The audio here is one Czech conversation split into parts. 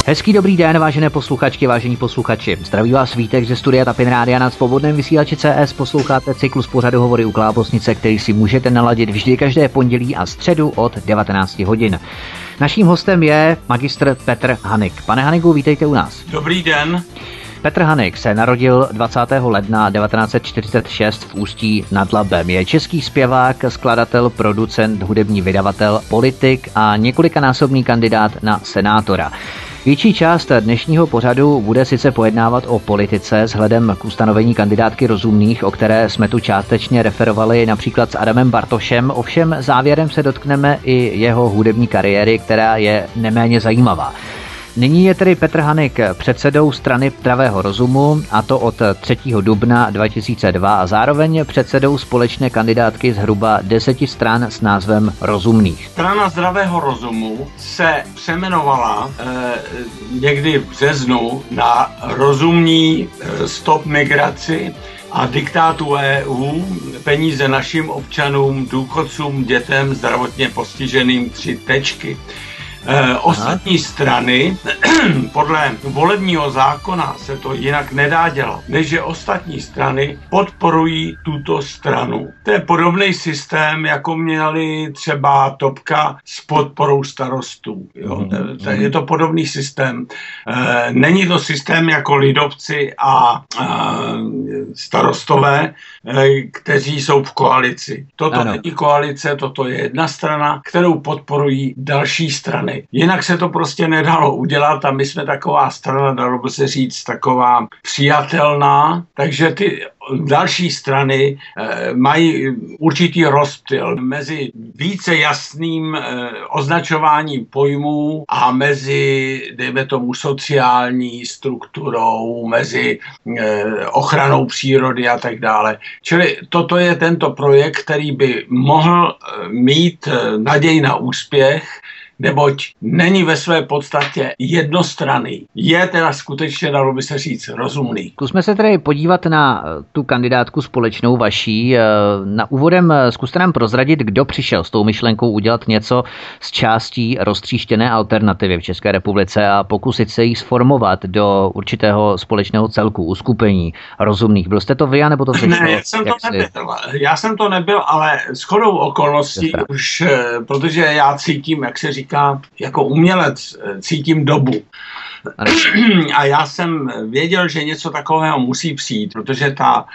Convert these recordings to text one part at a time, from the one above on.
Hezký dobrý den, vážené posluchačky, vážení posluchači. Zdraví vás Vítek ze studia Tapin Rádia na svobodném vysílači CS. Posloucháte cyklus pořadu Hovory u Klábosnice, který si můžete naladit vždy každé pondělí a středu od 19 hodin. Naším hostem je magistr Petr Hanik. Pane Haniku, vítejte u nás. Dobrý den. Petr Hanik se narodil 20. ledna 1946 v Ústí nad Labem. Je český zpěvák, skladatel, producent, hudební vydavatel, politik a několikanásobný kandidát na senátora. Větší část dnešního pořadu bude sice pojednávat o politice vzhledem k ustanovení kandidátky Rozumných, o které jsme tu částečně referovali například s Adamem Bartošem, ovšem závěrem se dotkneme i jeho hudební kariéry, která je neméně zajímavá. Nyní je tedy Petr Hanik předsedou strany Zdravého rozumu, a to od 3. dubna 2002 a zároveň předsedou společné kandidátky zhruba 10 stran s názvem Rozumných. Strana Zdravého rozumu se přejmenovala někdy v březnu na Rozumní stop migraci a diktátu EU, peníze našim občanům, důchodcům, dětem, zdravotně postiženým 3 tečky. Ostatní strany, podle volebního zákona se to jinak nedá dělat, než že ostatní strany podporují tuto stranu. To je podobný systém, jako měli třeba Topka s podporou starostů. Jo? Je to podobný systém. Není to systém jako lidovci a starostové, kteří jsou v koalici. Toto není koalice, toto je jedna strana, kterou podporují další strany. Jinak se to prostě nedalo udělat a my jsme taková strana, dalo by se říct, taková přijatelná, takže ty další strany mají určitý rozptyl mezi více jasným označováním pojmů a mezi, dejme tomu, sociální strukturou, mezi ochranou přírody a tak dále. Čili toto je tento projekt, který by mohl mít naději na úspěch, neboť není ve své podstatě jednostranný. Je teda skutečně, dalo by se říct, rozumný. Zkusme se tedy podívat na tu kandidátku společnou vaší. Na úvodem zkuste nám prozradit, kdo přišel s tou myšlenkou udělat něco z částí roztříštěné alternativy v České republice a pokusit se jí sformovat do určitého společného celku, uskupení rozumných. Byl jste to vy, anebo to přišlo? Ne, já jsem to nebyl, ale shodou okolností už, protože já cítím, jak se říká, jako umělec cítím dobu. A já jsem věděl, že něco takového musí přijít, protože ta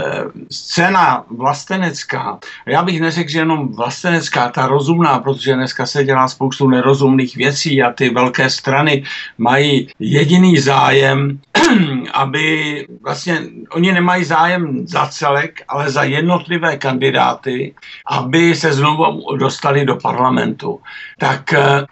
scéna vlastenecká, já bych neřekl, že jenom vlastenecká, ta rozumná, protože dneska se dělá spoustu nerozumných věcí a ty velké strany mají jediný zájem, aby vlastně oni nemají zájem za celek, ale za jednotlivé kandidáty, aby se znovu dostali do parlamentu. Tak,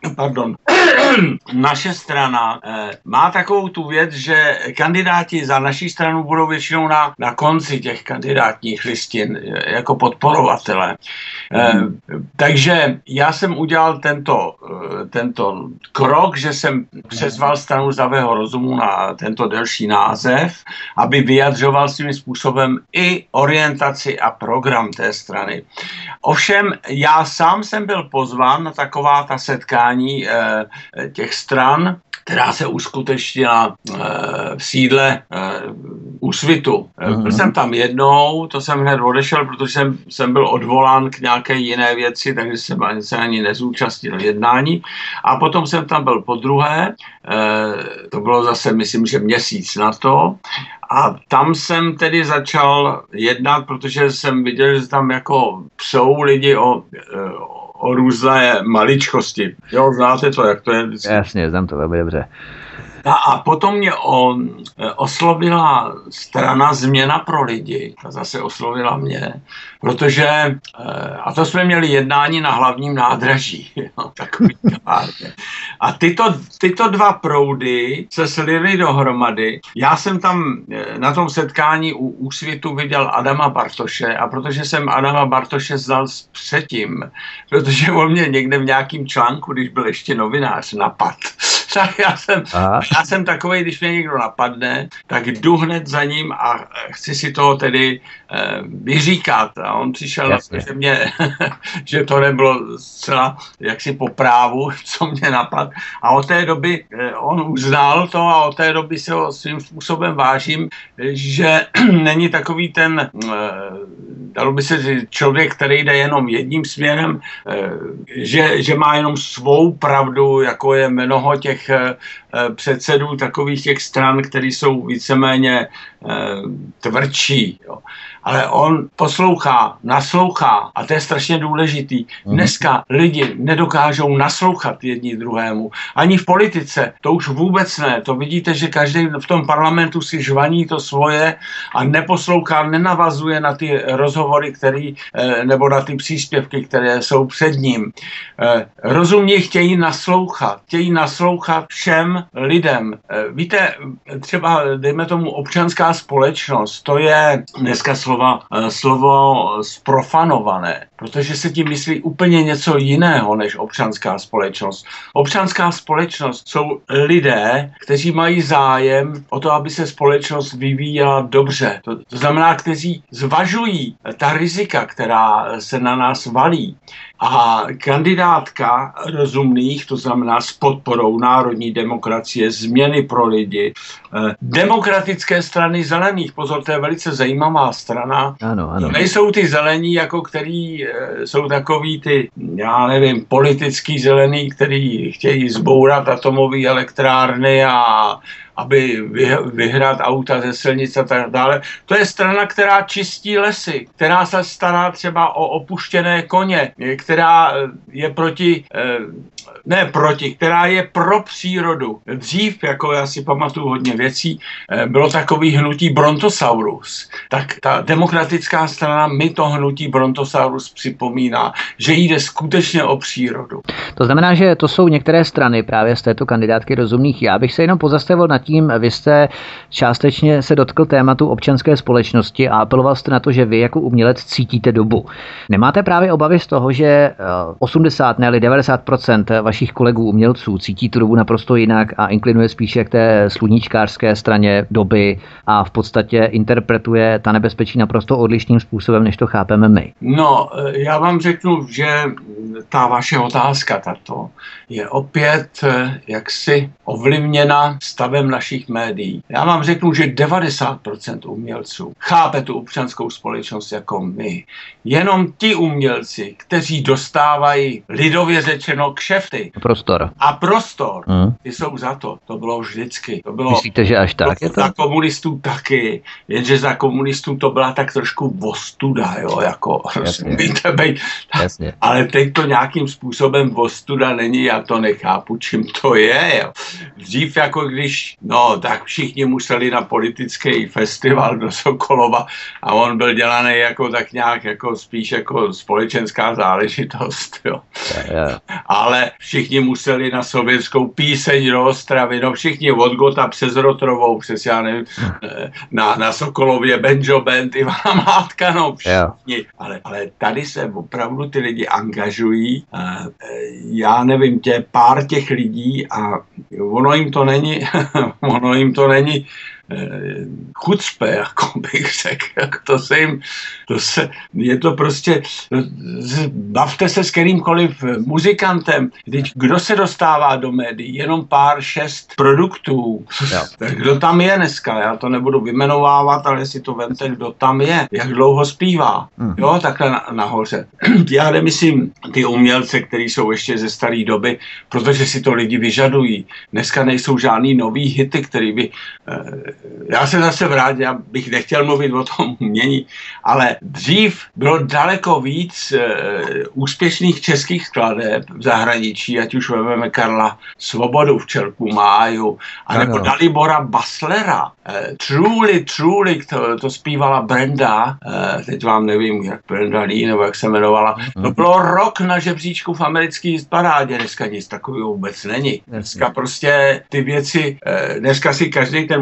naše strana má takovou tu věc, že kandidáti za naší stranu budou většinou na konci těch kandidátních listin jako podporovatelé. Takže já jsem udělal tento krok, že jsem přezval stranu Zdravého rozumu na tento delší název, aby vyjadřoval svým způsobem i orientaci a program té strany. Ovšem, já sám jsem byl pozván na taková ta setkání těch stran, která se uskutečnila v sídle Úsvitu. Byl jsem tam jednou, to jsem hned odešel, protože jsem byl odvolán k nějaké jiné věci, takže jsem se ani nezúčastnil jednání. A potom jsem tam byl podruhé, to bylo zase, myslím, že měsíc na to. A tam jsem tedy začal jednat, protože jsem viděl, že tam jako jsou lidi o různé maličkosti. Jo, znáte to, jak to je vždycky. Jasně, znám to velmi dobře. A potom mě oslovila strana Změna pro lidi. Ta zase oslovila mě, protože, a to jsme měli jednání na Hlavním nádraží. Jo, takový kavárně. A tyto dva proudy se slily dohromady. Já jsem tam na tom setkání u Úsvitu viděl Adama Bartoše a protože jsem Adama Bartoše znal předtím, protože on mě někde v nějakém článku, když byl ještě novinář, napad Tak já jsem takovej, když mě někdo napadne, tak jdu hned za ním a chci si to tedy vyříkat. A on přišel na to, že to nebylo zcela jaksi po právu, co mě napadl. A od té doby on uznal to a od té doby se ho svým způsobem vážím, že není takový ten, dalo by se říct, člověk, který jde jenom jedním směrem, že má jenom svou pravdu, jako je mnoho těch předsedů takových těch stran, které jsou víceméně tvrdší. Jo. Ale on poslouchá, naslouchá a to je strašně důležitý. Dneska lidi nedokážou naslouchat jedni druhému. Ani v politice, to už vůbec ne. To vidíte, že každý v tom parlamentu si žvaní to svoje a neposlouchá, nenavazuje na ty rozhovory, nebo na ty příspěvky, které jsou před ním. Rozumně chtějí naslouchat všem lidem. Víte, třeba dejme tomu občanská společnost, to je dneska slovo zprofanované, protože se tím myslí úplně něco jiného než občanská společnost. Občanská společnost jsou lidé, kteří mají zájem o to, aby se společnost vyvíjela dobře. To znamená, kteří zvažují ta rizika, která se na nás valí. A kandidátka rozumných, to znamená s podporou národní demokracie, změny pro lidi, demokratické strany zelených, pozor, to je velice zajímavá strana. Ano. Nejsou ty zelení, jako který jsou takový ty, já nevím, politický zelení, který chtějí zbourat atomové elektrárny a aby vyhrát auta ze silnic a tak dále. To je strana, která čistí lesy, která se stará třeba o opuštěné koně, která je která je pro přírodu. Dřív, jako já si pamatuju hodně věcí, bylo takový hnutí Brontosaurus. Tak ta demokratická strana mi to hnutí Brontosaurus připomíná, že jde skutečně o přírodu. To znamená, že to jsou některé strany právě z této kandidátky rozumných. Já bych se jenom pozastavil nad tím, vy jste částečně se dotkl tématu občanské společnosti a apeloval jste na to, že vy jako umělec cítíte dobu. Nemáte právě obavy z toho, že 80, ne 90% vašich kolegů umělců cítí tu dobu naprosto jinak a inklinuje spíše k té sluníčkářské straně doby a v podstatě interpretuje ta nebezpečí naprosto odlišným způsobem, než to chápeme my? No, já vám řeknu, že ta vaše otázka tato je opět jaksi ovlivněna stavem našich médií. Já vám řeknu, že 90% umělců chápe tu občanskou společnost jako my. Jenom ti umělci, kteří dostávají lidově řečeno kšefty. Prostor. Ty jsou za to. To bylo vždycky. Myslíte, že až tak je to? Za komunistů taky. Jenže za komunistů to byla tak trošku ostuda, jo, jako rozumíte, Jasně. Ale teď to nějakým způsobem ostuda není, já to nechápu, čím to je, jo. Dřív jako když, tak všichni museli na politický festival do Sokolova a on byl dělaný jako tak nějak, jako spíš jako společenská záležitost, jo. Ale všichni museli na sovětskou píseň do Ostravy, všichni od Gota přes Rotrovou, přes já nevím, na Sokolově Benjo Band, Ivana Mládka, všichni. Ale tady se opravdu ty lidi angažují, já nevím, pár těch lidí a ono jim to není chucpe, jako bych řekl, je to prostě, bavte se s kterýmkoliv muzikantem, kdo se dostává do médií, jenom 6 produktů, kdo tam je dneska, já to nebudu vymenovávat, ale si to vemte, kdo tam je, jak dlouho zpívá, jo, takhle nahoře. Já nemyslím ty umělce, kteří jsou ještě ze staré doby, protože si to lidi vyžadují. Dneska nejsou žádný nový hity, který by já se zase vrátím, já bych nechtěl mluvit o tom umění, ale dřív bylo daleko víc úspěšných českých skladeb v zahraničí, ať už vezmeme Karla Svobodu, Včelku máju, anebo Dalibora Baslera. Truly, to zpívala Brenda, teď vám nevím, jak Brenda Lee, nebo jak se jmenovala. To bylo rok na žebříčku v americké hitparádě, dneska nic takového vůbec není. Dneska prostě ty věci, dneska si každý ten muzikant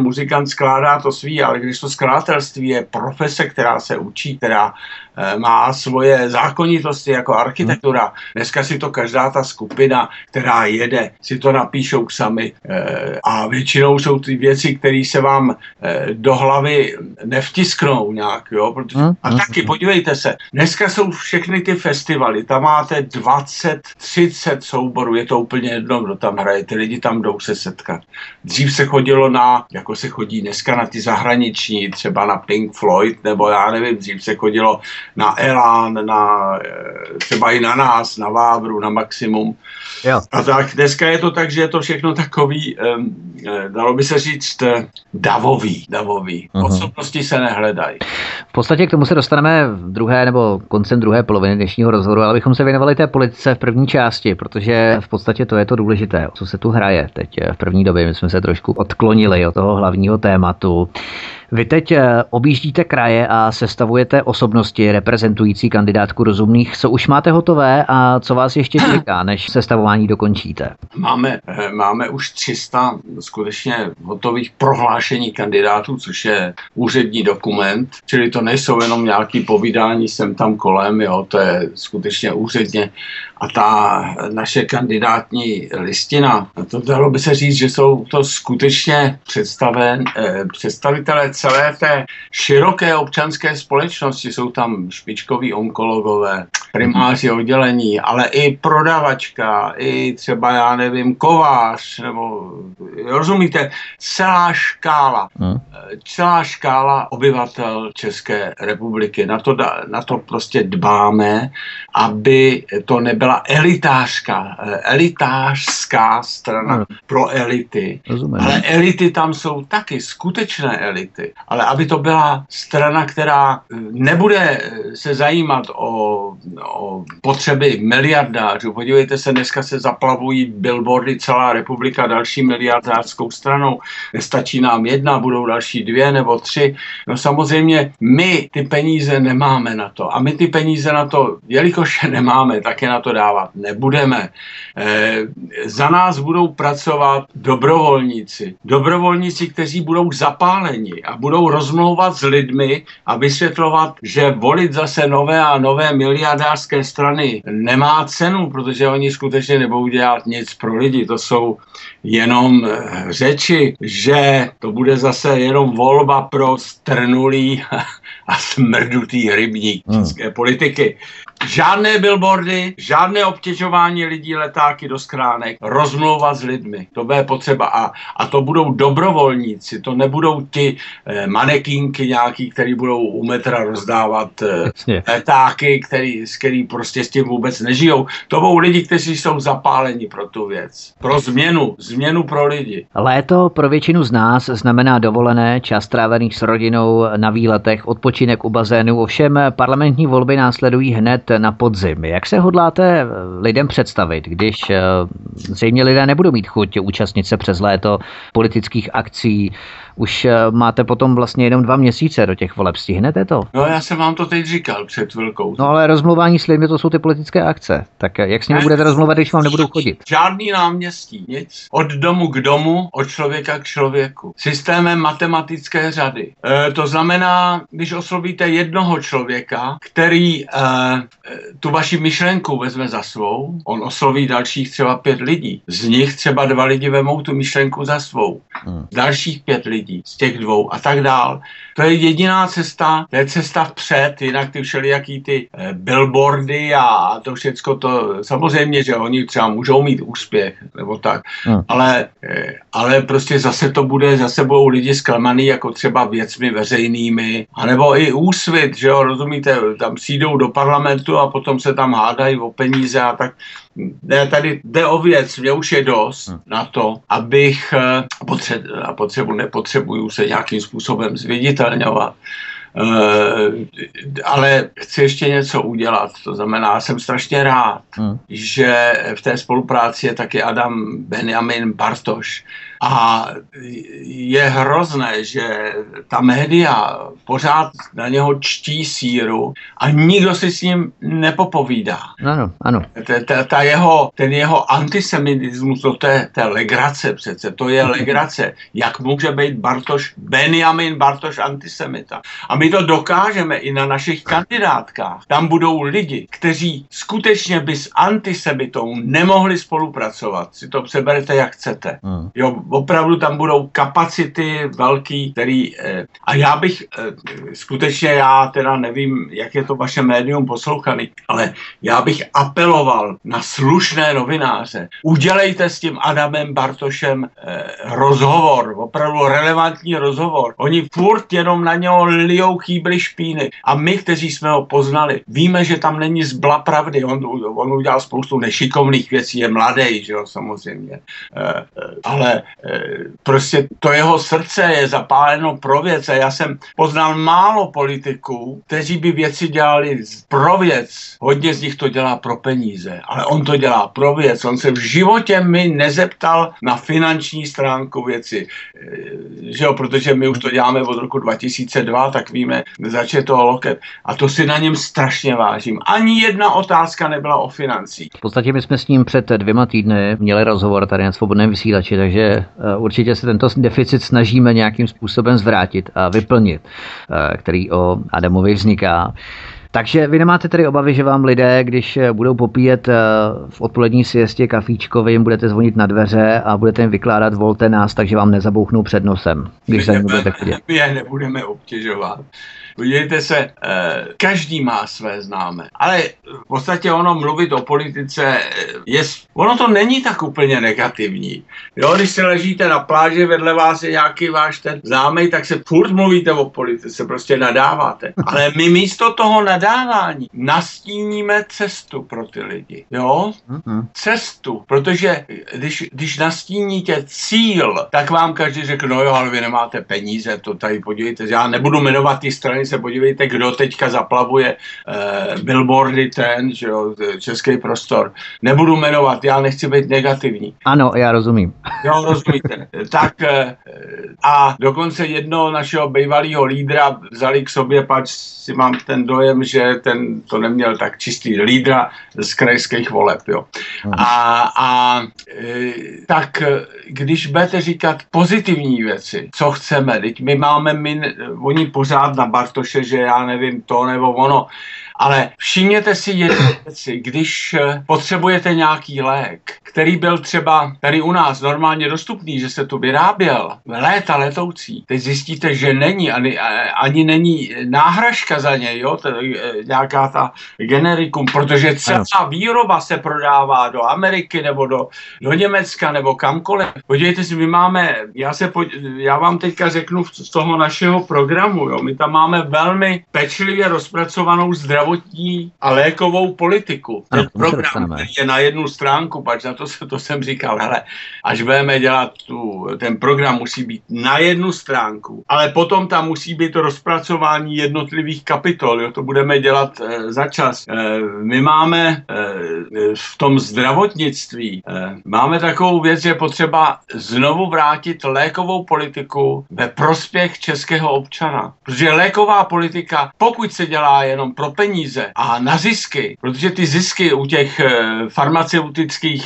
projektant skládá to svý, ale když to skladatelství je profese, která se učí, která má svoje zákonitosti jako architektura. Dneska si to každá ta skupina, která jede, si to napíšou sami a většinou jsou ty věci, které se vám do hlavy nevtisknou nějak, jo? A taky podívejte se, dneska jsou všechny ty festivaly, tam máte 20, 30 souborů, je to úplně jedno, kdo tam hraje, ty lidi tam jdou se setkat. Dřív se chodilo jako se chodí dneska na ty zahraniční, třeba na Pink Floyd, nebo já nevím, dřív se chodilo na Elán, třeba i na nás, na Vávru, na Maximum. Jo. A tak dneska je to tak, že je to všechno takový, dalo by se říct, davový. Osobnosti se nehledají. V podstatě k tomu se dostaneme v druhé nebo koncem druhé poloviny dnešního rozhovoru, ale bychom se věnovali té politice v první části, protože v podstatě to je to důležité, co se tu hraje teď v první době. My jsme se trošku odklonili od toho hlavního tématu. Vy teď objíždíte kraje a sestavujete osobnosti reprezentující kandidátku Rozumných. Co už máte hotové a co vás ještě čeká, než sestavování dokončíte? Máme už 300 skutečně hotových prohlášení kandidátů, což je úřední dokument, čili to nejsou jenom nějaký povídání sem tam kolem, jo, to je skutečně úředně. A ta naše kandidátní listina, to dalo by se říct, že jsou to skutečně představitelé celé té široké občanské společnosti. Jsou tam špičkoví onkologové, primáři oddělení, ale i prodavačka, i třeba, já nevím, kovář, nebo rozumíte, celá škála obyvatel České republiky. Na to prostě dbáme, aby to nebyla elitářská strana pro elity. Rozumím. Ale elity tam jsou taky, skutečné elity. Ale aby to byla strana, která nebude se zajímat o potřeby miliardářů. Podívejte se, dneska se zaplavují billboardy celá republika další miliardářskou stranou. Nestačí nám jedna, budou další 2 nebo 3. No samozřejmě my ty peníze nemáme na to. A my ty peníze na to, jelikož je nemáme, tak je na to dávat nebudeme. Za nás budou pracovat dobrovolníci, kteří budou zapáleni a budou rozmlouvat s lidmi a vysvětlovat, že volit zase nové a nové miliardářské strany nemá cenu, protože oni skutečně nebudou dělat nic pro lidi. To jsou jenom řeči, že to bude zase jenom volba pro strnulý a smrdutý rybník české politiky. Žádné billboardy, žádné obtěžování lidí letáky do skránek, rozmlouvat s lidmi. To bude potřeba. A to budou dobrovolníci, to nebudou ti manekínky nějaký, který budou u metra rozdávat letáky, který prostě s tím vůbec nežijou. To budou lidi, kteří jsou zapáleni pro tu věc. Pro změnu pro lidi. Léto pro většinu z nás znamená dovolené, čas strávených s rodinou na výletech, odpočinek u bazénu. Ovšem parlamentní volby následují hned na podzim. Jak se hodláte lidem představit, když zřejmě lidé nebudou mít chuť účastnit se přes léto politických akcí? Už máte potom vlastně jenom 2 měsíce do těch voleb. Stihnete to? No, já jsem vám to teď říkal před chvilkou. No ale rozmluvání s lidmi, to jsou ty politické akce. Tak jak s nimi budete rozmluvat, když vám nebudou chodit? Žádný náměstí, nic. Od domu k domu, od člověka k člověku. Systémem matematické řady. To znamená, když oslovíte jednoho člověka, který tu vaši myšlenku vezme za svou, on osloví dalších třeba 5 lidí. Z nich třeba 2 lidi vemou tu myšlenku za svou. Dalších 5 lidí z těch 2 a tak dál. To je jediná cesta, to je cesta vpřed, jinak ty všelijaký ty billboardy a to všecko to, samozřejmě, že oni třeba můžou mít úspěch, nebo tak, ale prostě zase budou lidi zklamaný, jako třeba věcmi veřejnými, anebo i Úsvit, že jo, rozumíte, tam přijdou do parlamentu a potom se tam hádají o peníze a tak. Tady jde o věc, mě už je dost na to, abych nepotřebuju se nějakým způsobem zviditelňovat. Ale chci ještě něco udělat. To znamená, jsem strašně rád, že v té spolupráci je taky Adam Benjamin Bartoš. A je hrozné, že ta média pořád na něho čtí síru a nikdo si s ním nepopovídá. Ano. Ten jeho antisemitismus, to je legrace přece, to je legrace. Jak může být Benjamin Bartoš antisemita? A my to dokážeme i na našich kandidátkách. Tam budou lidi, kteří skutečně by s antisemitou nemohli spolupracovat. Si to přeberete, jak chcete. Jo, opravdu tam budou kapacity velký, který... A já bych skutečně, já teda nevím, jak je to vaše médium poslouchaný, ale já bych apeloval na slušné novináře. Udělejte s tím Adamem Bartošem rozhovor, opravdu relevantní rozhovor. Oni furt jenom na něho lijou kýbly špíny. A my, kteří jsme ho poznali, víme, že tam není zbla pravdy. On udělal spoustu nešikovných věcí, je mladý, že jo, samozřejmě. Ale prostě to jeho srdce je zapáleno pro věc. A já jsem poznal málo politiků, kteří by věci dělali pro věc. Hodně z nich to dělá pro peníze, ale on to dělá pro věc. On se v životě mi nezeptal na finanční stránku věci. Že jo, protože my už to děláme od roku 2002, tak víme, začne toho loket. A to si na něm strašně vážím. Ani jedna otázka nebyla o financích. V podstatě my jsme s ním před 2 týdny měli rozhovor tady na Svobodném vysílači, takže určitě se tento deficit snažíme nějakým způsobem zvrátit a vyplnit, který o Adamovi vzniká. Takže vy nemáte tedy obavy, že vám lidé, když budou popíjet v odpolední siestě kafíčko, vy jim budete zvonit na dveře a budete jim vykládat volte nás, takže vám nezabouchnou před nosem, když za ním budete chodit. My je nebudeme obtěžovat. Podívejte se, každý má své známé, ale v podstatě ono mluvit o politice, ono to není tak úplně negativní. Jo, když se ležíte na pláži, vedle vás je nějaký váš ten známej, tak se furt mluvíte o politice, prostě nadáváte. Ale my místo toho nadávání nastíníme cestu pro ty lidi. Jo? Cestu, protože když nastíníte cíl, tak vám každý řekne, no jo, ale vy nemáte peníze, to tady podívejte, já nebudu jmenovat ty strany, se podívejte, kdo teďka zaplavuje billboardy že jo, Český prostor. Nebudu jmenovat, já nechci být negativní. Ano, já rozumím. Jo, rozumíte. Tak a dokonce jednoho našeho bývalého lídra vzali k sobě, pač si mám ten dojem, že ten to neměl tak čistý lídra z krajských voleb, jo. Tak když budete říkat pozitivní věci, co chceme, teď my máme oni pořád na Bartoše, že já nevím to nebo ono, ale všimněte si jednu věci, když potřebujete nějaký lék, který byl třeba tady u nás normálně dostupný, že se tu vyráběl léta letoucí, teď zjistíte, že není, ani není náhražka za něj, jo, nějaká ta generikum, protože celá výroba se prodává do Ameriky nebo do Německa nebo kamkoliv. Podívejte si, my máme, já vám teďka řeknu z toho našeho programu, jo, my tam máme velmi pečlivě rozpracovanou zdravotní a lékovou politiku. Ten program, který je na jednu stránku, pač na to jsem říkal, hele, až budeme dělat ten program musí být na jednu stránku, ale potom tam musí být rozpracování jednotlivých kapitol, jo, to budeme dělat za čas. My máme v tom zdravotnictví, máme takovou věc, že je potřeba znovu vrátit lékovou politiku ve prospěch českého občana. Protože léková politika, pokud se dělá jenom pro peníze a na zisky, protože ty zisky u těch farmaceutických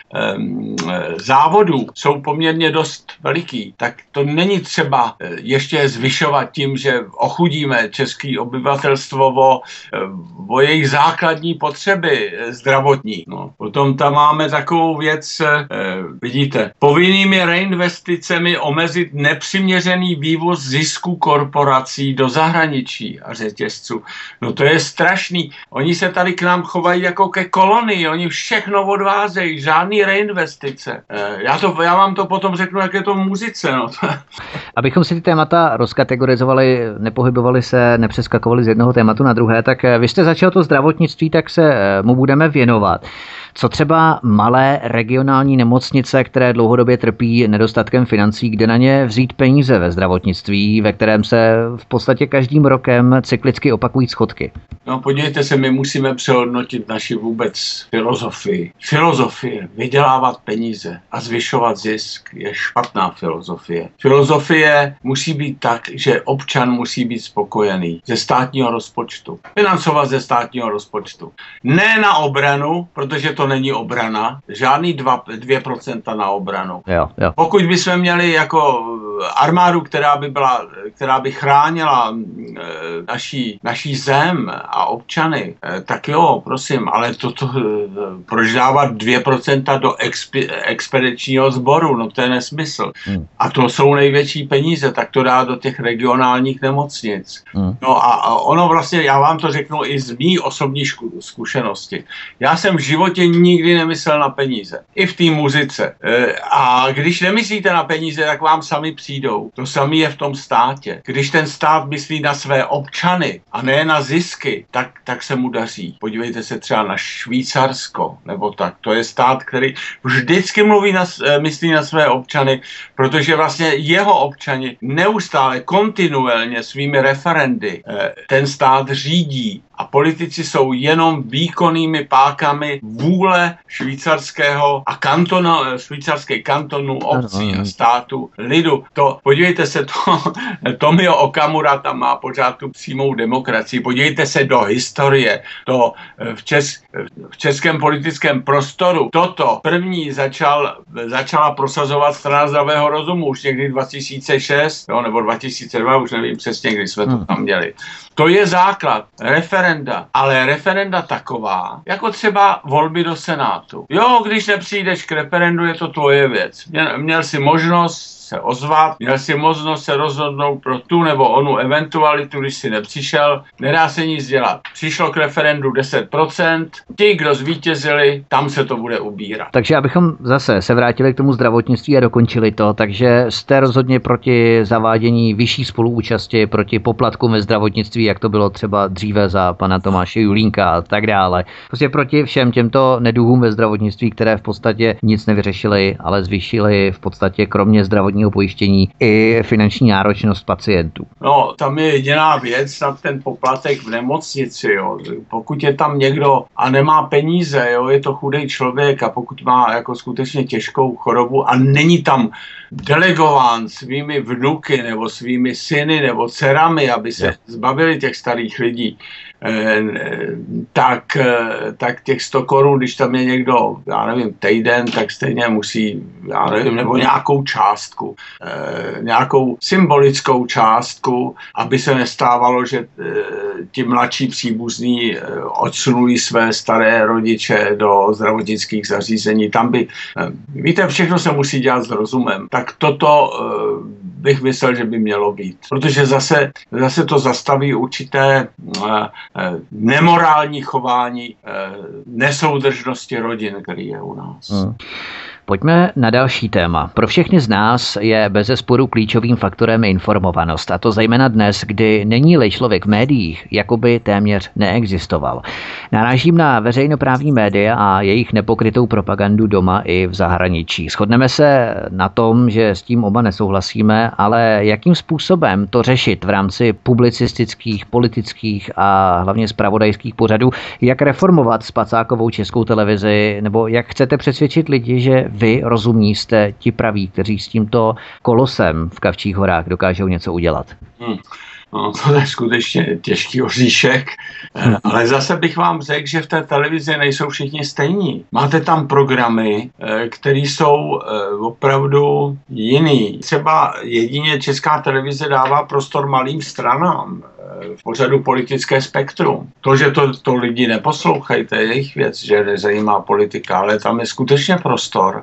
závodů jsou poměrně dost veliký, tak to není třeba ještě zvyšovat tím, že ochudíme české obyvatelstvo o jejich základní potřeby zdravotní. No. Potom tam máme takovou věc, vidíte, povinnými reinvesticemi omezit nepřiměřený vývoz zisku korporací do zahraničí a řetězců. No to je strašný. Oni se tady k nám chovají jako ke kolonii, oni všechno odvázejí, žádný reinvestice. Já vám to potom řeknu, jak je to v muzice. No. Abychom si ty témata rozkategorizovali, nepohybovali se, nepřeskakovali z jednoho tématu na druhé, tak vy jste začal to zdravotnictví, tak se mu budeme věnovat. Co třeba malé regionální nemocnice, které dlouhodobě trpí nedostatkem financí, kde na ně vzít peníze ve zdravotnictví, ve kterém se v podstatě každým rokem cyklicky opakují schodky? No podívejte se, my musíme přehodnotit naši vůbec filozofii. Filozofie, vydělávat peníze a zvyšovat zisk je špatná filozofie. Filozofie musí být tak, že občan musí být spokojený ze státního rozpočtu. Financovat ze státního rozpočtu. Ne na obranu, protože to není obrana. Žádný 2% na obranu. Jo. Pokud bychom měli jako armádu, která by chránila naší zem a občany, tak jo, prosím, ale proč dávat 2% do expedičního sboru, no to je nesmysl. A to jsou největší peníze, tak to dá do těch regionálních nemocnic. No a ono vlastně, já vám to řeknu i z mý osobní zkušenosti. Já jsem v životě nikdy nemyslel na peníze. I v té muzice. A když nemyslíte na peníze, tak vám sami přijdou. To samé je v tom státě. Když ten stát myslí na své občany a ne na zisky, tak se mu daří. Podívejte se třeba na Švýcarsko, nebo tak. To je stát, který vždycky myslí na své občany, protože vlastně jeho občani neustále, kontinuálně svými referendy ten stát řídí. A politici jsou jenom výkonnými pákami vůle švýcarské kantonu, obcí a státu, lidu. Podívejte se, Tomio Okamura tam má pořád tu přímou demokracii. Podívejte se do historie. V českém politickém prostoru toto první začala prosazovat strana zdravého rozumu už někdy 2006, nebo 2002, už nevím přesně, kdy jsme to tam měli. To je základ referenda, ale referenda taková, jako třeba volby do Senátu. Jo, když nepřijdeš k referendu, je to tvoje věc. Měl si možnost se ozvat, měl si možnost se rozhodnout pro tu nebo onu eventualitu, když si nepřišel, nedá se nic dělat. Přišlo k referendu 10%, ti, kdo zvítězili, tam se to bude ubírat. Takže abychom zase se vrátili k tomu zdravotnictví a dokončili to, takže jste rozhodně proti zavádění vyšší spoluúčasti, proti poplatkům ve zdravotnictví, jak to bylo třeba dříve za pana Tomáše Julínka a tak dále. Prostě proti všem těmto neduhům ve zdravotnictví, které v podstatě nic nevyřešily, ale zvýšily v podstatě kromě zdravotního pojištění i finanční náročnost pacientů. No, tam je jediná věc na ten poplatek v nemocnici. Jo. Pokud je tam někdo a nemá peníze, jo, je to chudý člověk a pokud má jako skutečně těžkou chorobu a není tam delegován svými vnuky nebo svými syny nebo dcerami, aby se zbavili těch starých lidí, tak těch 100 korun, když tam je někdo, já nevím, týden, tak stejně musí, já nevím, nebo nějakou částku, nějakou symbolickou částku, aby se nestávalo, že ti mladší příbuzní odsunují své staré rodiče do zdravotnických zařízení. Tam víte, všechno se musí dělat s rozumem. Tak toto bych myslel, že by mělo být. Protože zase to zastaví určité nemorální chování, nesoudržnosti rodin, který je u nás. Pojďme na další téma. Pro všechny z nás je bezesporu klíčovým faktorem informovanost, a to zejména dnes, kdy není-li člověk v médiích, jakoby téměř neexistoval. Narážím na veřejnoprávní média a jejich nepokrytou propagandu doma i v zahraničí. Shodneme se na tom, že s tím oba nesouhlasíme, ale jakým způsobem to řešit v rámci publicistických, politických a hlavně zpravodajských pořadů, jak reformovat spacákovou Českou televizi, nebo jak chcete přesvědčit lidi, že vy, rozumní, jste ti praví, kteří s tímto kolosem v Kavčích horách dokážou něco udělat? No, to je skutečně těžký oříšek, ale zase bych vám řekl, že v té televizi nejsou všichni stejní. Máte tam programy, které jsou opravdu jiný. Třeba jedině Česká televize dává prostor malým stranám v pořadu Politické spektrum. To, že to lidi neposlouchají, to je jejich věc, že nezajímá politika, ale tam je skutečně prostor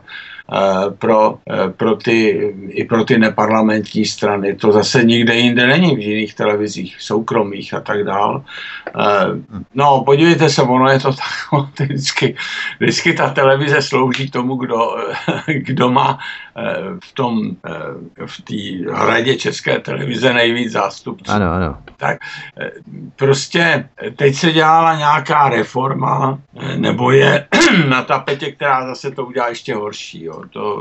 pro ty neparlamentní strany. To zase nikde jinde není v jiných televizích, soukromých a tak dál. No, podívejte se, ono je to tak, vždycky ta televize slouží tomu, kdo má v té hradě České televize nejvíc zástupců. Ano. Tak prostě teď se dělala nějaká reforma, nebo je na tapetě, která zase to udělá ještě horší. Jo.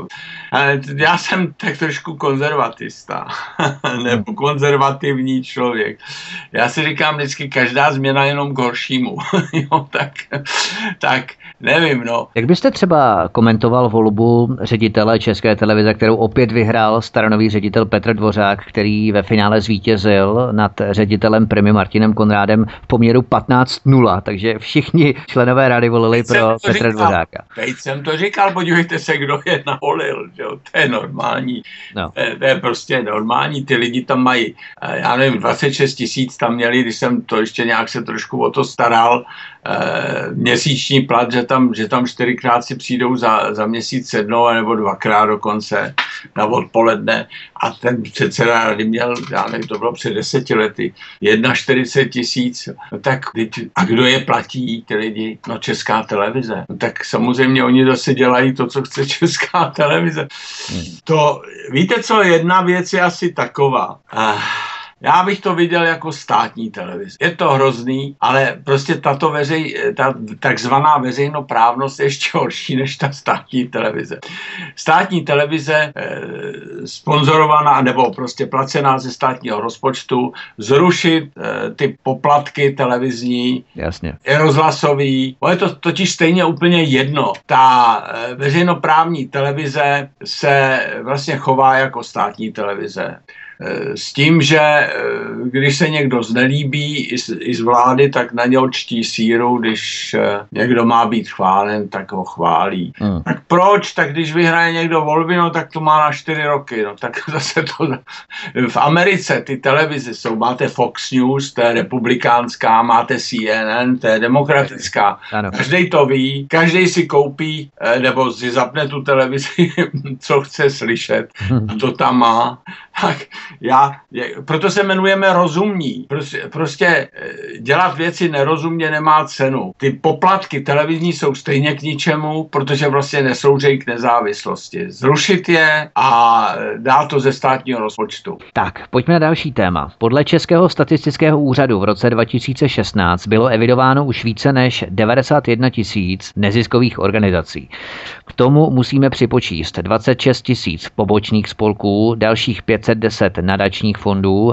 Já jsem tak trošku konzervatista, nebo konzervativní člověk. Já si říkám vždycky, každá změna jenom k horšímu. Jo, tak nevím, no. Jak byste třeba komentoval volbu ředitele České televize, kterou opět vyhrál staronový ředitel Petr Dvořák, který ve finále zvítězil nad ředitelem Primy Martinem Konrádem v poměru 15-0, takže všichni členové rady volili pro Petra Dvořáka. Teď jsem to říkal, podívejte se, kdo je navolil, že? To je normální. No. To je prostě normální, ty lidi tam mají, já nevím, 26 000 tam měli, když jsem to ještě nějak se trošku o to staral, měsíční plat, že tam 4krát si přijdou za měsíc sednou, nebo 2krát dokonce na odpoledne. A ten předseda rady měl, já nevím, to bylo před 10 lety, 41 000. No tak, a kdo je platí, ty lidi? No Česká televize. No tak samozřejmě oni zase dělají to, co chce Česká televize. To, víte co, jedna věc je asi taková. Já bych to viděl jako státní televize. Je to hrozný, ale prostě ta takzvaná veřejnoprávnost je ještě horší než ta státní televize. Státní televize sponzorovaná nebo prostě placená ze státního rozpočtu, zrušit ty poplatky televizní, jasně, rozhlasový. Je to totiž stejně úplně jedno. Ta veřejnoprávní televize se vlastně chová jako státní televize. S tím, že když se někdo znelíbí i z vlády, tak na něho čtí síru, když někdo má být chválen, tak ho chválí. Tak proč? Tak když vyhraje někdo volby, no tak to má na 4 roky. No tak zase to... V Americe ty televize jsou, máte Fox News, to je republikánská, máte CNN, to je demokratická. Ano. Každej to ví, každej si koupí, nebo si zapne tu televizi, co chce slyšet. A to tam má. Tak proto se jmenujeme rozumní. Prostě dělat věci nerozumně nemá cenu. Ty poplatky televizní jsou stejně k ničemu, protože vlastně neslouží k nezávislosti. Zrušit je a dát to ze státního rozpočtu. Tak, pojďme na další téma. Podle Českého statistického úřadu v roce 2016 bylo evidováno už více než 91 000 neziskových organizací. K tomu musíme připočíst 26 000 pobočných spolků, dalších 510 nadačních fondů,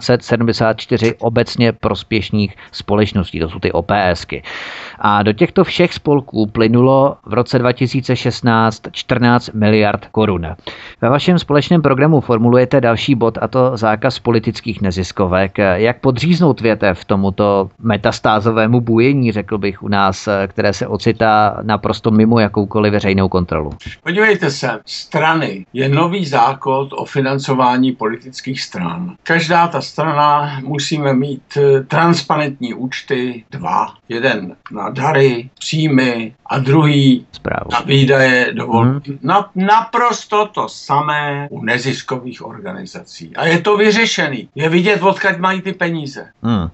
1574 obecně prospěšných společností, to jsou ty OPSky. A do těchto všech spolků plynulo v roce 2016 14 miliard korun. Ve vašem společném programu formulujete další bod, a to zákaz politických neziskovek. Jak podříznout větev tomuto metastázovému bujení, řekl bych u nás, které se ocitá naprosto mimo jakoukoliv veřejnou kontrolu? Podívejte se, strany je nový zákon o financování politických stran. Každá ta strana musíme mít transparentní účty, 2. Jeden na dary, příjmy a druhý na výdaje do volby. Naprosto to samé u neziskových organizací. A je to vyřešený. Je vidět, odkud mají ty peníze.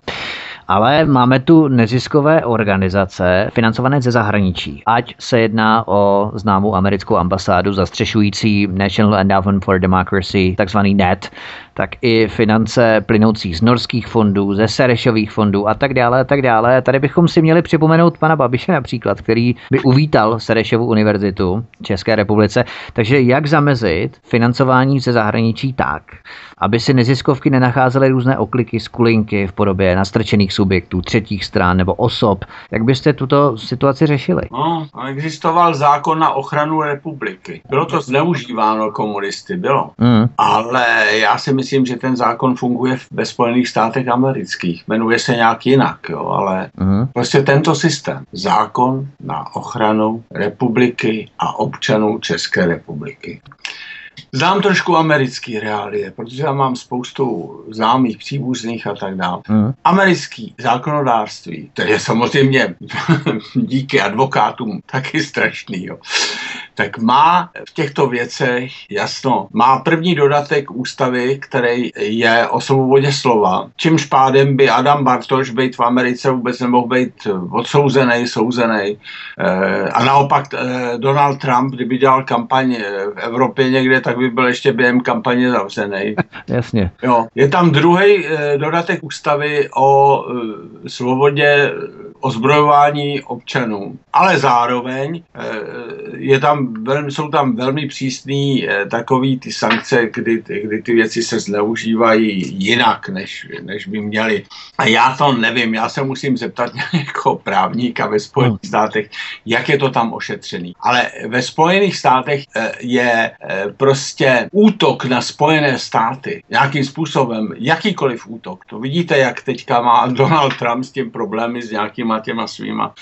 Ale máme tu neziskové organizace financované ze zahraničí. Ať se jedná o známou americkou ambasádu zastřešující National Endowment for Democracy, takzvaný NET, tak i finance plynoucí z norských fondů, ze Serešových fondů a tak dále, a tak dále. Tady bychom si měli připomenout pana Babiše například, který by uvítal Serešovu univerzitu v České republice. Takže jak zamezit financování ze zahraničí tak, aby si neziskovky nenacházely různé okliky, skulinky v podobě nastrčených subjektů, třetích stran nebo osob. Jak byste tuto situaci řešili? No, existoval zákon na ochranu republiky. Bylo to zneužíváno komunisty, bylo. Ale já si myslím, že ten zákon funguje ve Spojených státech amerických. Jmenuje se nějak jinak, jo, ale prostě tento systém. Zákon na ochranu republiky a občanů České republiky. Znám trošku americký reálie, protože já mám spoustu známých, příbuzných a tak dále. Americký zákonodárství, to je samozřejmě díky advokátům taky strašný, jo. tak má v těchto věcech jasno. Má první dodatek ústavy, který je o svobodě slova, čímž pádem by Adam Bartoš být v Americe vůbec nemohl být odsouzený, souzený. A naopak Donald Trump, kdyby dělal kampaň v Evropě někde, tak by byl ještě během kampaně zavřený. Jasně. Jo. Je tam druhý dodatek ústavy o svobodě ozbrojování občanů, ale zároveň jsou tam velmi přísný takový ty sankce, kdy ty věci se zneužívají jinak, než by měly. A já to nevím, já se musím zeptat jako právníka ve Spojených státech, jak je to tam ošetřený. Ale ve Spojených státech je prostě útok na Spojené státy nějakým způsobem, jakýkoliv útok. To vidíte, jak teďka má Donald Trump s tím problémy s nějakýma těma svýma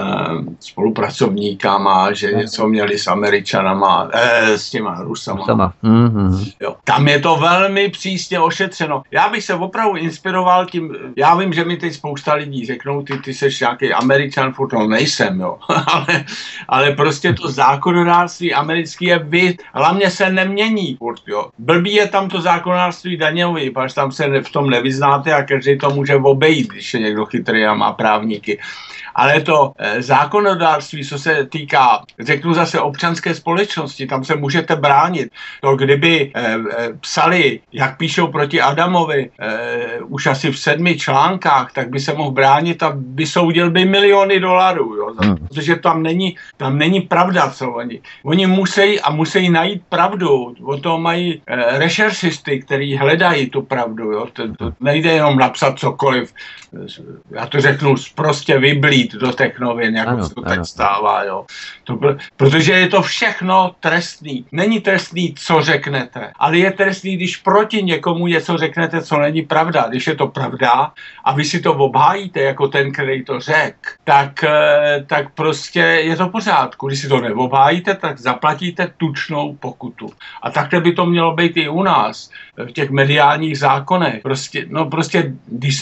spolupracovníkama, že něco měli s Američanama, s těma Rusama. Jo. Tam je to velmi přísně ošetřeno. Já bych se opravdu inspiroval tím, já vím, že mi teď spousta lidí řeknou, ty seš nějaký Američan, furt no nejsem, jo. ale prostě to zákonodárství americký je hlavně se nemění furt, jo. Blbý je tam to zákonodárství daňový, protože tam se v tom nevyznáte a každý to může obejít, když je někdo chytrý a má právníky. Ale to zákonodárství, co se týká, řeknu zase občanské společnosti, tam se můžete bránit. To kdyby psali, jak píšou proti Adamovi, už asi v 7 článkách, tak by se mohl bránit a vysoudil by miliony dolarů, jo, protože tam není pravda, co oni musí najít pravdu. O to mají rešeršisty, kteří hledají tu pravdu, jo. To nejde jenom napsat cokoliv, já to řeknu prostě vyblít do těch novin, jako se to tak stává, jo. Protože je to všechno trestný. Není trestný, co řeknete, ale je trestný, když proti někomu něco řeknete, co není pravda. Když je to pravda a vy si to obhájíte jako ten, který to řekl, tak prostě je to v pořádku. Když si to neobhájíte, tak zaplatíte tučnou pokutu. A takhle by to mělo být i u nás, v těch mediálních zákonech. Prostě když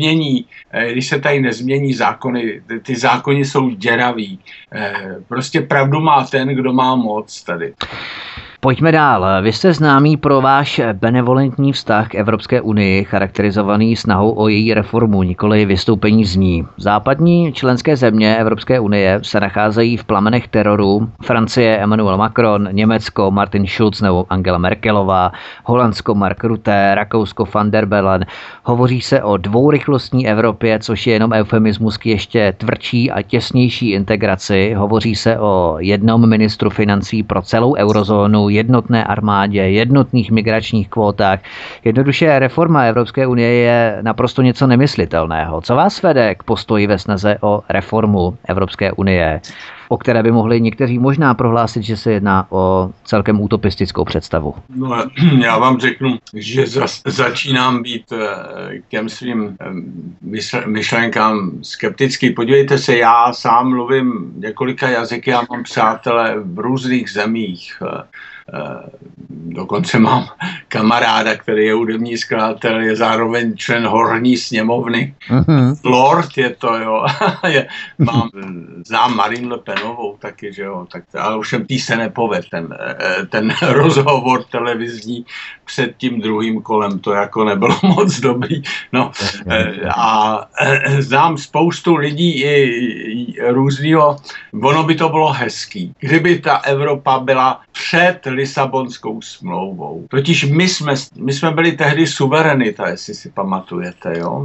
se tady nezmění zákony, ty zákony jsou děraví. Prostě pravdu má ten, kdo má moc tady. Pojďme dál. Vy jste známý pro váš benevolentní vztah k Evropské unii, charakterizovaný snahou o její reformu, nikoli vystoupení z ní. Západní členské země Evropské unie se nacházejí v plamenech teroru. Francie Emmanuel Macron, Německo Martin Schulz nebo Angela Merkelová, Holandsko Mark Rutte, Rakousko van der Bellen. Hovoří se o dvourychlostní Evropě, což je jenom eufemismus k ještě tvrdší a těsnější integraci. Hovoří se o jednom ministru financí pro celou eurozónu, jednotné armádě, jednotných migračních kvótách. Jednoduše reforma Evropské unie je naprosto něco nemyslitelného. Co vás vede k postoji ve snaze o reformu Evropské unie, o které by mohli někteří možná prohlásit, že se jedná o celkem utopistickou představu? No, já vám řeknu, že začínám být k těm svým myšlenkám skeptický. Podívejte se, já sám mluvím několika jazyky, já mám přátele v různých zemích. Dokonce mám kamaráda, který je hudební skladatel, je zároveň člen horní sněmovny. Lord je to, jo. Znám Marine Le Penovou taky, že jo. Ale už tý se nepoved, ten rozhovor televizní před tím druhým kolem, to jako nebylo moc dobrý. No, a znám spoustu lidí i různýho, ono by to bylo hezký, kdyby ta Evropa byla před Lisabonskou smlouvou. Totiž my jsme byli tehdy suverenita, jestli si pamatujete, jo.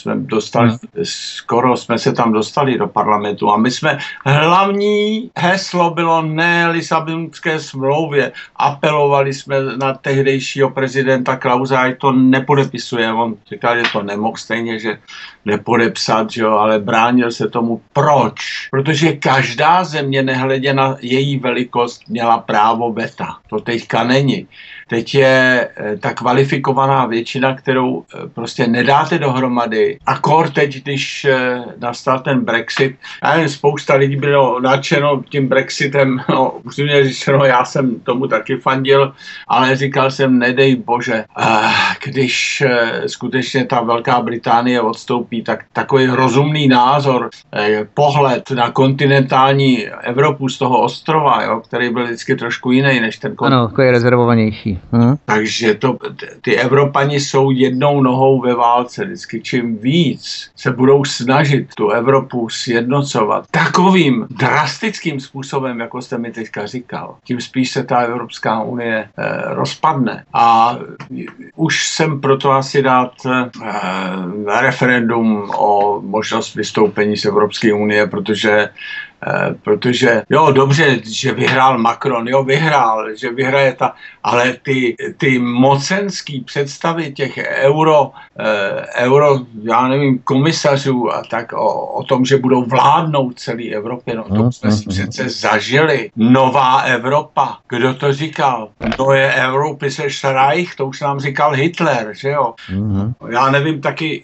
Skoro jsme se tam dostali do parlamentu a my jsme, hlavní heslo bylo ne Lisabonské smlouvě. Apelovali jsme na tehdejšího prezidenta Klause, ať to nepodepisuje. On říkal, že to nemohl stejně, že nepodepsat, že jo, ale bránil se tomu. Proč? Protože každá země, nehledě na její velikost, měla právo veta. To teďka není. teď je ta kvalifikovaná většina, kterou prostě nedáte dohromady. Akor teď, když nastal ten Brexit, já nevím, spousta lidí bylo nadšeno tím Brexitem, no, upřímně řečeno, já jsem tomu taky fandil, ale říkal jsem, nedej bože, když skutečně ta Velká Británie odstoupí, tak takový rozumný názor, pohled na kontinentální Evropu z toho ostrova, jo, který byl vždycky trošku jiný než ten kontinent. Ano, takový rezervovanější. Takže ty Evropani jsou jednou nohou ve válce. Vždycky čím víc se budou snažit tu Evropu sjednocovat takovým drastickým způsobem, jako jste mi teďka říkal, tím spíš se ta Evropská unie rozpadne. A už jsem proto asi dát referendum o možnost vystoupení z Evropské unie, protože jo, dobře, že vyhrál Macron, jo, vyhrál, že vyhraje ale ty mocenský představy těch euro, já nevím, komisařů a tak o tom, že budou vládnout celý Evropě, no to jsme si přece zažili. Nová Evropa, kdo to říkal? Neue Europäisches Reich, to už nám říkal Hitler, že jo? Já nevím taky,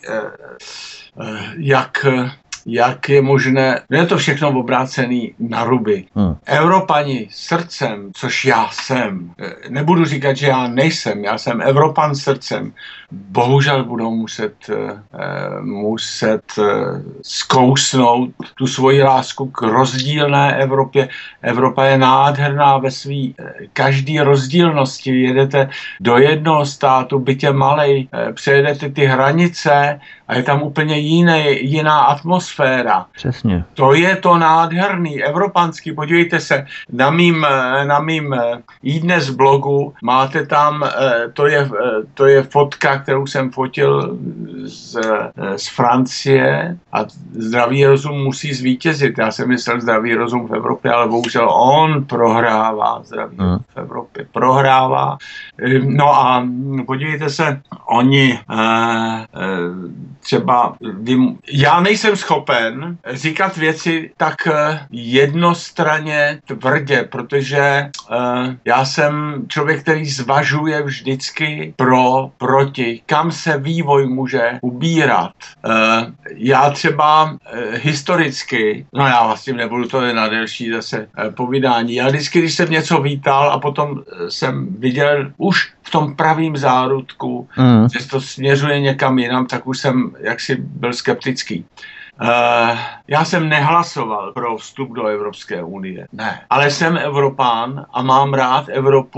jak je možné, je to všechno obrácený na ruby. Evropani srdcem, což já jsem, nebudu říkat, že já nejsem, já jsem Evropan srdcem, bohužel budou muset zkousnout tu svoji lásku k rozdílné Evropě. Evropa je nádherná ve své každý rozdílnosti. Jedete do jednoho státu, bytě malej, přejedete ty hranice a je tam úplně jiná atmosféra. Přesně. To je to nádherný, evropanský. Podívejte se, na mým iDnes blogu máte tam, to je fotka, kterou jsem fotil z Francie a zdravý rozum musí zvítězit. Já jsem myslel zdravý rozum v Evropě, ale bohužel on prohrává, zdravý rozum v Evropě prohrává. No a podívejte se, oni třeba, já nejsem schopen říkat věci tak jednostranně tvrdě, protože já jsem člověk, který zvažuje vždycky proti, kam se vývoj může ubírat. Já třeba historicky, no já vlastně nebudu, to je na delší zase povídání, já vždycky, když jsem něco vítal a potom jsem viděl už v tom pravým zárodku, že to směřuje někam jinam, tak už jsem jaksi byl skeptický. Já jsem nehlasoval pro vstup do Evropské unie. Ne. Ale jsem Evropán a mám rád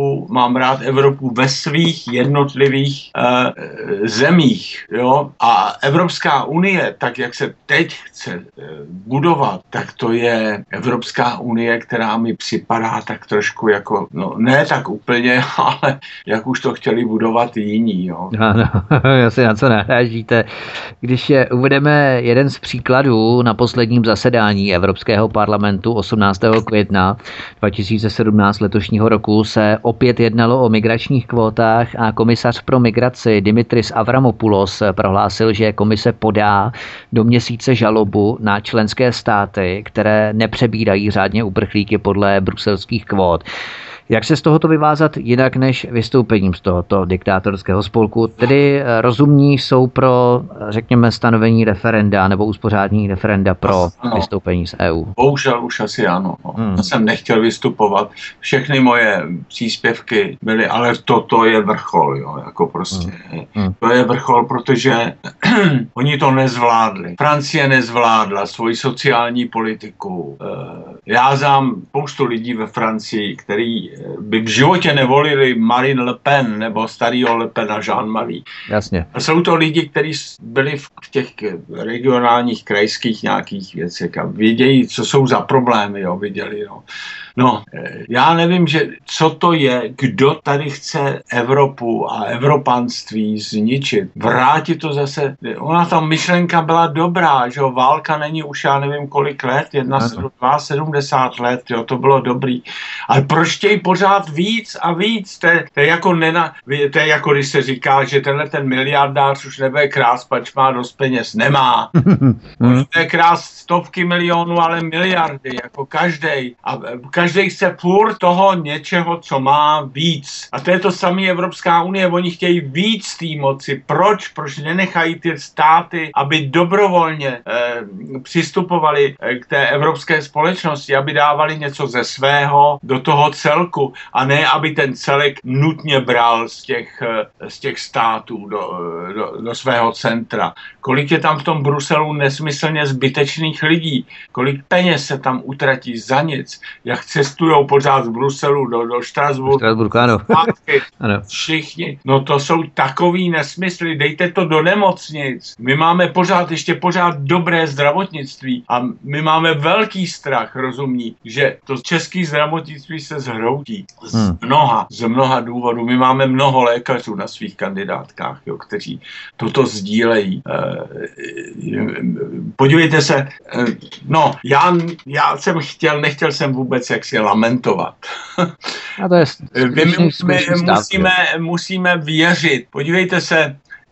Evropu ve svých jednotlivých zemích. Jo? A Evropská unie, tak jak se teď chce budovat, tak to je Evropská unie, která mi připadá tak trošku jako, no ne tak úplně, ale jak už to chtěli budovat jiní. Jo? Ano, asi na co narážíte. Když uvedeme jeden z příkladů na posledním zasedání Evropského parlamentu 18. května 2017 letošního roku se opět jednalo o migračních kvótách a komisař pro migraci Dimitris Avramopoulos prohlásil, že komise podá do měsíce žalobu na členské státy, které nepřebírají řádně uprchlíky podle bruselských kvót. Jak se z tohoto vyvázat jinak než vystoupením z tohoto diktátorského spolku? Tedy rozumní jsou pro, řekněme, stanovení referenda nebo uspořádání referenda pro vystoupení z EU? Bohužel už asi ano. Já jsem nechtěl vystupovat. Všechny moje příspěvky byly, ale toto je vrchol. Jo, jako prostě. To je vrchol, protože oni to nezvládli. Francie nezvládla svoji sociální politiku. Já znám spoustu lidí ve Francii, který by v životě nevolili Marine Le Pen nebo starýho Le Pena Jean-Marie. Jasně. Jsou to lidi, kteří byli v těch regionálních, krajských nějakých věcech a vědějí, co jsou za problémy, jo, viděli, jo. No, já nevím, co to je, kdo tady chce Evropu a evropanství zničit. Vrátit to zase, ona ta myšlenka byla dobrá, že jo, válka není už já nevím kolik let, 70 let, jo, to bylo dobrý. Ale proč chtějí pořád víc a víc? To je jako když se říká, že ten miliardář už nebude krást, pač má dost peněz. Nemá. Může krást stovky milionů, ale miliardy, jako každej. A každý chce furt toho něčeho, co má víc. A to je to samé Evropská unie, oni chtějí víc té moci. Proč? Proč nenechají ty státy, aby dobrovolně přistupovali k té evropské společnosti, aby dávali něco ze svého do toho celku a ne, aby ten celek nutně bral z těch států do svého centra. Kolik je tam v tom Bruselu nesmyslně zbytečných lidí, kolik peněz se tam utratí za nic, jak cestujou pořád z Bruselu do Štrasburku, ano. Všichni, no to jsou takový nesmysly, dejte to do nemocnic. My máme ještě pořád dobré zdravotnictví a my máme velký strach, rozumí, že to české zdravotnictví se zhroutí z mnoha důvodů. My máme mnoho lékařů na svých kandidátkách, jo, kteří toto sdílejí. Podívejte se, nechtěl jsem vůbec jaksi lamentovat. A to je musíme věřit. Podívejte se,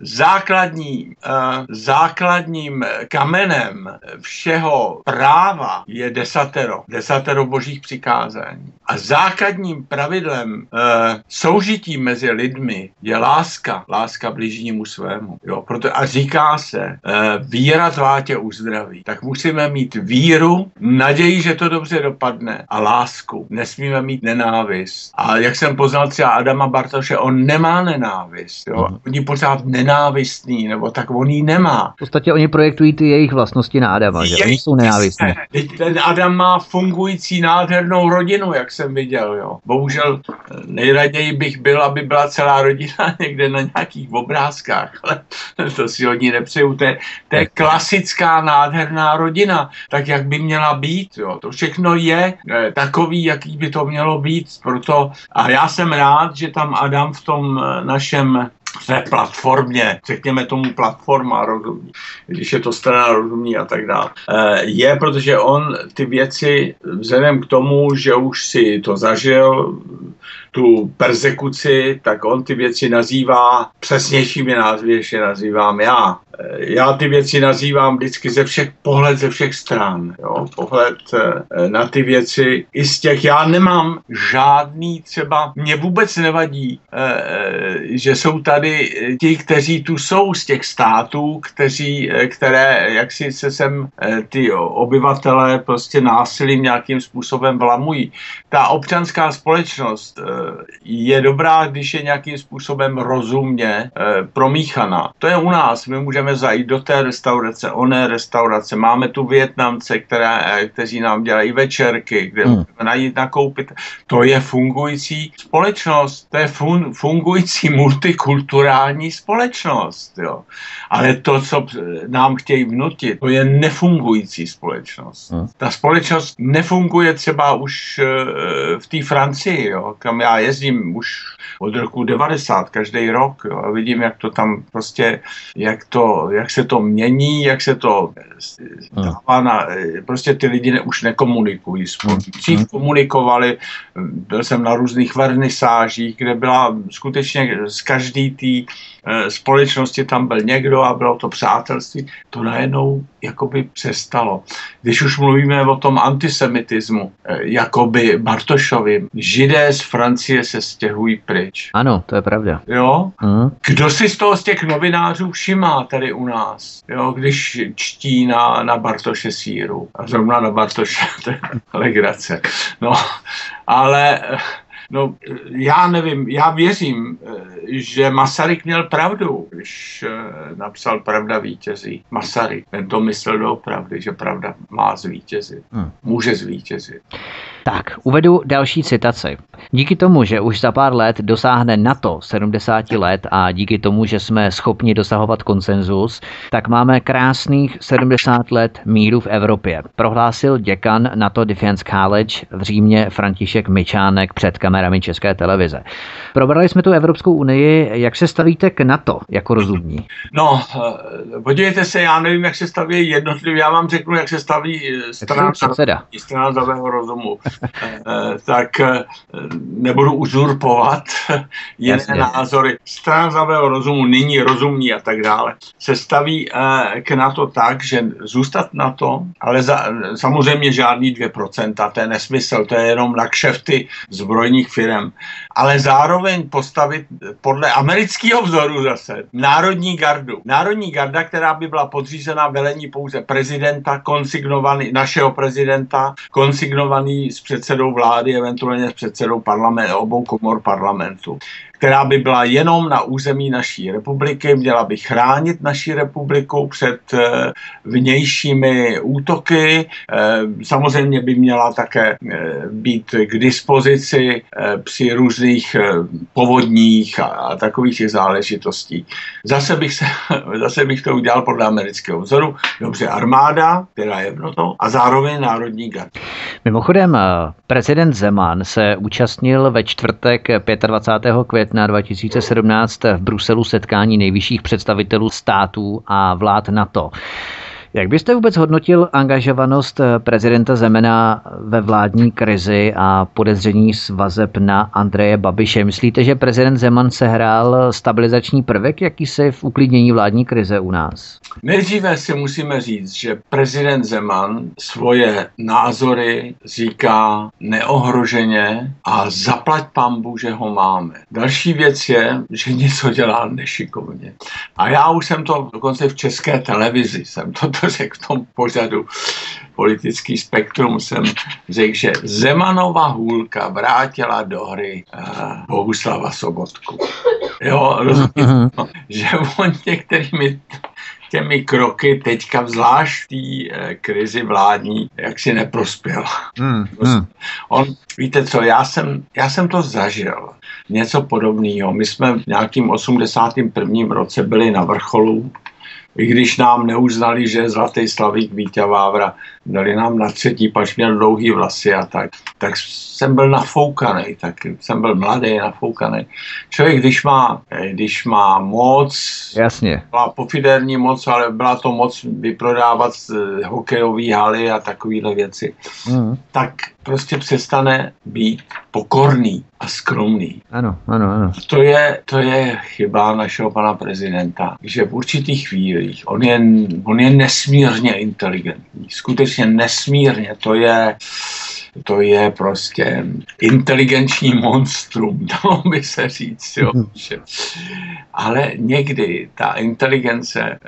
základním kamenem všeho práva je desatero božích přikázání. A základním pravidlem soužití mezi lidmi je láska bližnímu svému. Jo? A říká se, víra tvá tě uzdraví. Tak musíme mít víru, naději, že to dobře dopadne a lásku. Nesmíme mít nenávist. A jak jsem poznal třeba Adama Bartoše, on nemá nenávist. Jo? Oni pořád nenávistný, nebo tak on jí nemá. V podstatě oni projektují ty jejich vlastnosti na Adama, že oni jsou nenávistní. Ten Adam má fungující nádhernou rodinu, jak jsem viděl, jo. Bohužel nejraději bych byl, aby byla celá rodina někde na nějakých obrázkách, ale to si od ní nepřeju. To je klasická nádherná rodina, tak jak by měla být, jo. To všechno je takový, jaký by to mělo být. Proto, a já jsem rád, že tam Adam v tom našem platformě, řekněme tomu platforma rozumí, když je to strana rozumí a tak dále, je, protože on ty věci, vzhledem k tomu, že už si to zažil, tu persekuci, tak on ty věci nazývá přesnějšími názvy, než je nazývám já. Já ty věci nazývám vždycky pohled ze všech stran. Jo? Pohled na ty věci i z těch, já nemám žádný třeba, mě vůbec nevadí, že jsou tady ti, kteří tu jsou z těch států, které jaksi se sem ty obyvatele prostě násilím nějakým způsobem vlamují. Ta občanská společnost je dobrá, když je nějakým způsobem rozumně promíchaná. To je u nás, my můžeme zajít do té restaurace, oné restaurace, máme tu Vietnamce, kteří nám dělají večerky, kde můžeme najít, nakoupit. To je fungující společnost, to je fungující multikulturální společnost. Jo. Ale to, co nám chtějí vnutit, to je nefungující společnost. Ta společnost nefunguje třeba už v té Francii, jo, kam já jezdím už od roku 90, každý rok, jo, a vidím, jak to tam prostě, jak se to mění, jak se to dává prostě ty lidi už nekomunikují spolu. Dřív komunikovali, byl jsem na různých vernisážích, kde byla skutečně z každý té společnosti tam byl někdo a bylo to přátelství, to najednou jakoby přestalo. Když už mluvíme o tom antisemitismu, jakoby Bartošovi, Židé z Francie se stěhují pryč. Ano, to je pravda. Jo? Kdo si z těch novinářů všimá tady u nás, jo? Když čtí na Bartoše síru. A zrovna na Bartoše, to je legrace. No, ale já nevím, já věřím, že Masaryk měl pravdu, když napsal Pravda vítězí. Masaryk, ten to myslel doopravdy, že pravda má zvítězit. Může zvítězit. Tak, uvedu další citaci. Díky tomu, že už za pár let dosáhne NATO 70 let a díky tomu, že jsme schopni dosahovat konsenzus, tak máme krásných 70 let míru v Evropě. Prohlásil děkan NATO Defense College v Římě František Mičánek před kamerami České televize. Probrali jsme tu Evropskou unii. Jak se stavíte k NATO jako rozumní? No, podívejte se, já nevím, jak se staví jednotlivě. Já vám řeknu, jak se staví strana zdravého rozumu. tak nebudu uzurpovat jiné názory. Strana zdravého rozumu, nyní rozumní a tak dále, se staví k NATO tak, že zůstat NATO, ale samozřejmě žádný 2%, to je nesmysl, to je jenom na kšefty zbrojních firem, ale zároveň postavit podle amerického vzoru zase národní gardu. Národní garda, která by byla podřízená velení pouze prezidenta, konsignovaný, našeho prezidenta, konsignovaný s předsedou vlády, eventuálně s předsedou obou komor parlamentu, která by byla jenom na území naší republiky, měla by chránit naši republiku před vnějšími útoky, samozřejmě by měla také být k dispozici při různých povodních a takových těch záležitostí. Zase bych to udělal podle amerického vzoru. Dobře, armáda, která je v NATO, a zároveň národní gard. Mimochodem, prezident Zeman se účastnil ve čtvrtek 25. května 2017 v Bruselu setkání nejvyšších představitelů států a vlád NATO. Jak byste vůbec hodnotil angažovanost prezidenta Zemana ve vládní krizi a podezření z vazeb na Andreje Babiše? Myslíte, že prezident Zeman sehrál stabilizační prvek jakýsi v uklidnění vládní krize u nás? Nejdříve si musíme říct, že prezident Zeman svoje názory říká neohroženě a zaplať pambu, že ho máme. Další věc je, že něco dělá nešikovně. A já už jsem to dokonce v České televizi jsem to řekl v tom pořadu Politický spektrum, jsem řekl, že Zemanova hůlka vrátila do hry Bohuslava Sobotku. Jo, rozumím, že on některými těmi kroky teďka v zvláštní krizi vládní jaksi neprospěl. Víte co, já jsem to zažil. Něco podobného. My jsme v nějakým 81. roce byli na vrcholu, i když nám neuznali, že je zlatý slavík Víťa Vávra, dali nám na třetí, pač měl dlouhý vlasy a tak jsem byl nafoukaný, tak jsem byl mladý, nafoukaný. Člověk, když má moc, jasně, byla pofiderní moc, ale byla to moc vyprodávat hokejové haly a takovéhle věci, tak prostě přestane být pokorný a skromný. Ano. To je chyba našeho pana prezidenta, že v určitých chvílích on je nesmírně inteligentní, skutečně nesmírně, to je prostě inteligenční monstrum, dalo by se říct. Jo. Ale někdy ta inteligence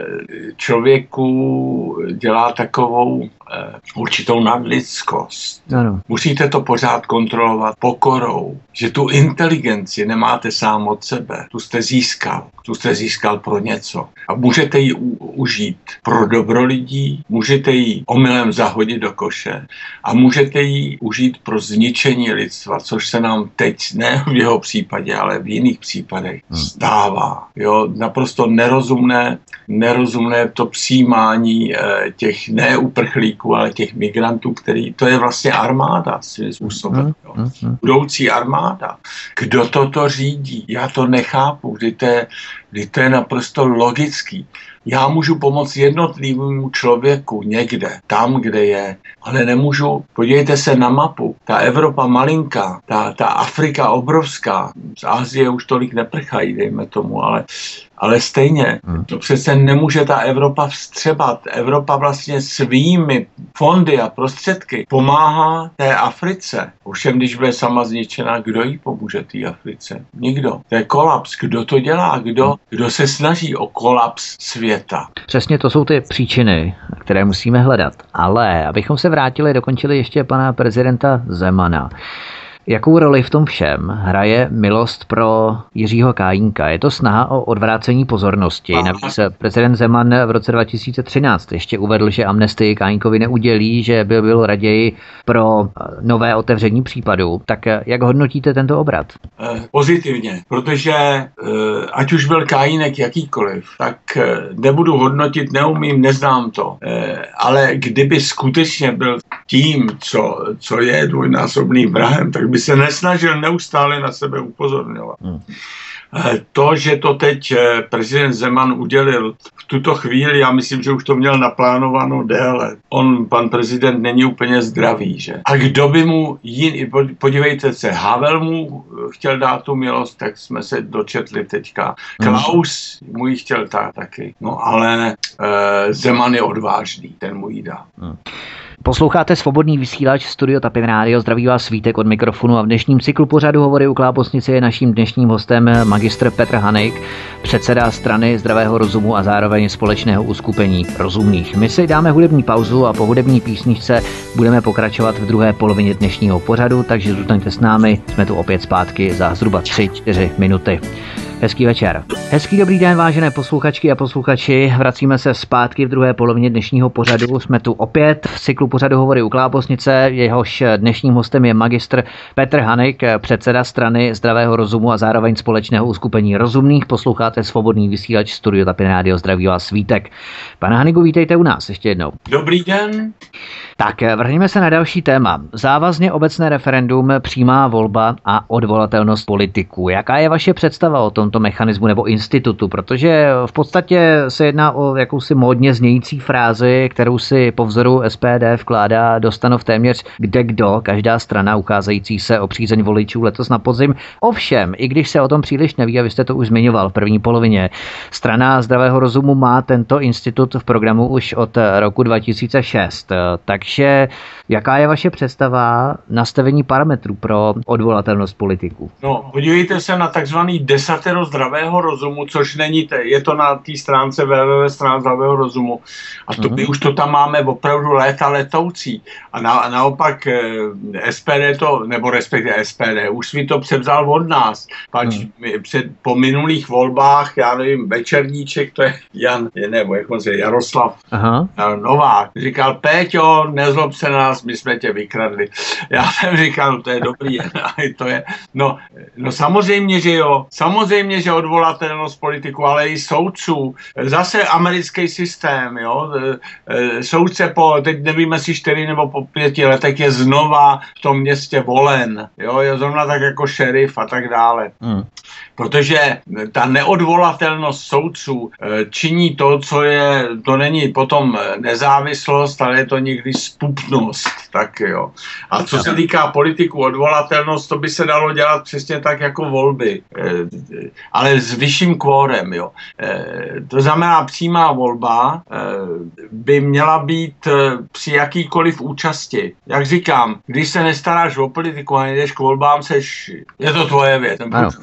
člověku dělá takovou určitou nadlidskost. Ano. Musíte to pořád kontrolovat pokorou, že tu inteligenci nemáte sám od sebe, tu jste získal pro něco. A můžete ji užít pro dobro lidí, můžete ji omylem zahodit do koše a můžete ji užít pro zničení lidstva, což se nám teď, ne v jeho případě, ale v jiných případech stává. Jo, naprosto nerozumné to přijímání těch neuprchlíků, ale těch migrantů, to je vlastně armáda svým způsobem. Budoucí armáda. Kdo toto řídí? Já to nechápu. To je naprosto logický. Já můžu pomoct jednotlivému člověku někde, tam, kde je, ale nemůžu, podívejte se na mapu, ta Evropa malinká, ta Afrika obrovská, z Asie už tolik neprchají, dejme tomu, ale stejně, to přece nemůže ta Evropa vstřebat. Evropa vlastně svými fondy a prostředky pomáhá té Africe. Ovšem, když bude sama zničená, kdo jí pomůže té Africe? Nikdo. To je kolaps. Kdo to dělá? Kdo se snaží o kolaps světa? Přesně to jsou ty příčiny, které musíme hledat. Ale abychom se dokončili ještě pana prezidenta Zemana. Jakou roli v tom všem hraje milost pro Jiřího Kajínka? Je to snaha o odvrácení pozornosti. Navíc prezident Zeman v roce 2013 ještě uvedl, že amnestii Kajínkovi neudělí, že by byl raději pro nové otevření případu. Tak jak hodnotíte tento obrat? Pozitivně, protože ať už byl Kajínek jakýkoliv, tak nebudu hodnotit, neumím, neznám to. Ale kdyby skutečně byl tím, co je dvojnásobným vrahem, tak by se nesnažil neustále na sebe upozorňovat. To, že to teď prezident Zeman udělil v tuto chvíli, já myslím, že už to měl naplánováno déle. Pan prezident není úplně zdravý, že? A kdo by mu jiný, podívejte se, Havel mu chtěl dát tu milost, tak jsme se dočetli teďka. Klaus mu ji chtěl taky. No ale Zeman je odvážný, ten mu ji dá. Posloucháte Svobodný vysílač Studio Tapin Rádio, zdraví vás Svítek od mikrofonu a v dnešním cyklu pořadu Hovory u Klábosnice je naším dnešním hostem magistr Petr Hanik, předseda strany Zdravého rozumu a zároveň společného uskupení Rozumných. My si dáme hudební pauzu a po hudební písničce budeme pokračovat v druhé polovině dnešního pořadu, takže zůstaňte s námi, jsme tu opět zpátky za zhruba 3-4 minuty. Hezký večer. Hezký dobrý den, vážené posluchačky a posluchači. Vracíme se zpátky v druhé polovině dnešního pořadu. Jsme tu opět v cyklu pořadu Hovory u Klábosnice. Jehož dnešním hostem je magistr Petr Hanik, předseda strany Zdravého rozumu a zároveň společného uskupení Rozumných. Posloucháte Svobodný vysílač Studio Tapin Rádio, zdraví vás Svítek. Pane Haniku, vítejte u nás ještě jednou. Dobrý den. Tak vrhneme se na další téma. Závazně obecné referendum, přímá volba a odvolatelnost politiků. Jaká je vaše představa o tomto mechanismu nebo institutu? Protože v podstatě se jedná o jakousi módně znějící frázi, kterou si po vzoru SPD vkládá do stanov téměř kdekdo, každá strana ucházející se o přízeň voličů letos na podzim. Ovšem, i když se o tom příliš neví, a vy jste to už zmiňoval v první polovině, strana Zdravého rozumu má tento institut v programu už od roku 2006. Takže jaká je vaše představa nastavení parametrů pro odvolatelnost politiků? No, podívejte se na takzvaný desatero zdravého rozumu, což není, je to na té stránce www zdravého rozumu. A to my už to tam máme opravdu léta letoucí. A naopak SPD to, nebo respektive SPD, už si to převzal od nás. Pač po minulých volbách, já nevím, Večerníček, to je Jaroslav Novák, říkal, Péťo, nezlob se nás, my jsme tě vykradli. Já jsem říkal, no to je dobrý, to je, no samozřejmě, že jo, samozřejmě, že odvolatelnost politiků, ale i soudců, zase americký systém, jo, soudce teď nevím, jestli 4 nebo po 5 letech je znova v tom městě volen, jo, je zrovna tak jako šerif a tak dále. Protože ta neodvolatelnost soudců činí to, to není potom nezávislost, ale je to někdy spupnost, tak jo. A co se týká politiků, odvolatelnost, to by se dalo dělat přesně tak jako volby, ale s vyšším kvórem, jo. To znamená, přímá volba by měla být při jakýkoliv účasti. Jak říkám, když se nestaráš o politiku a nejdeš k volbám, je to tvoje věc,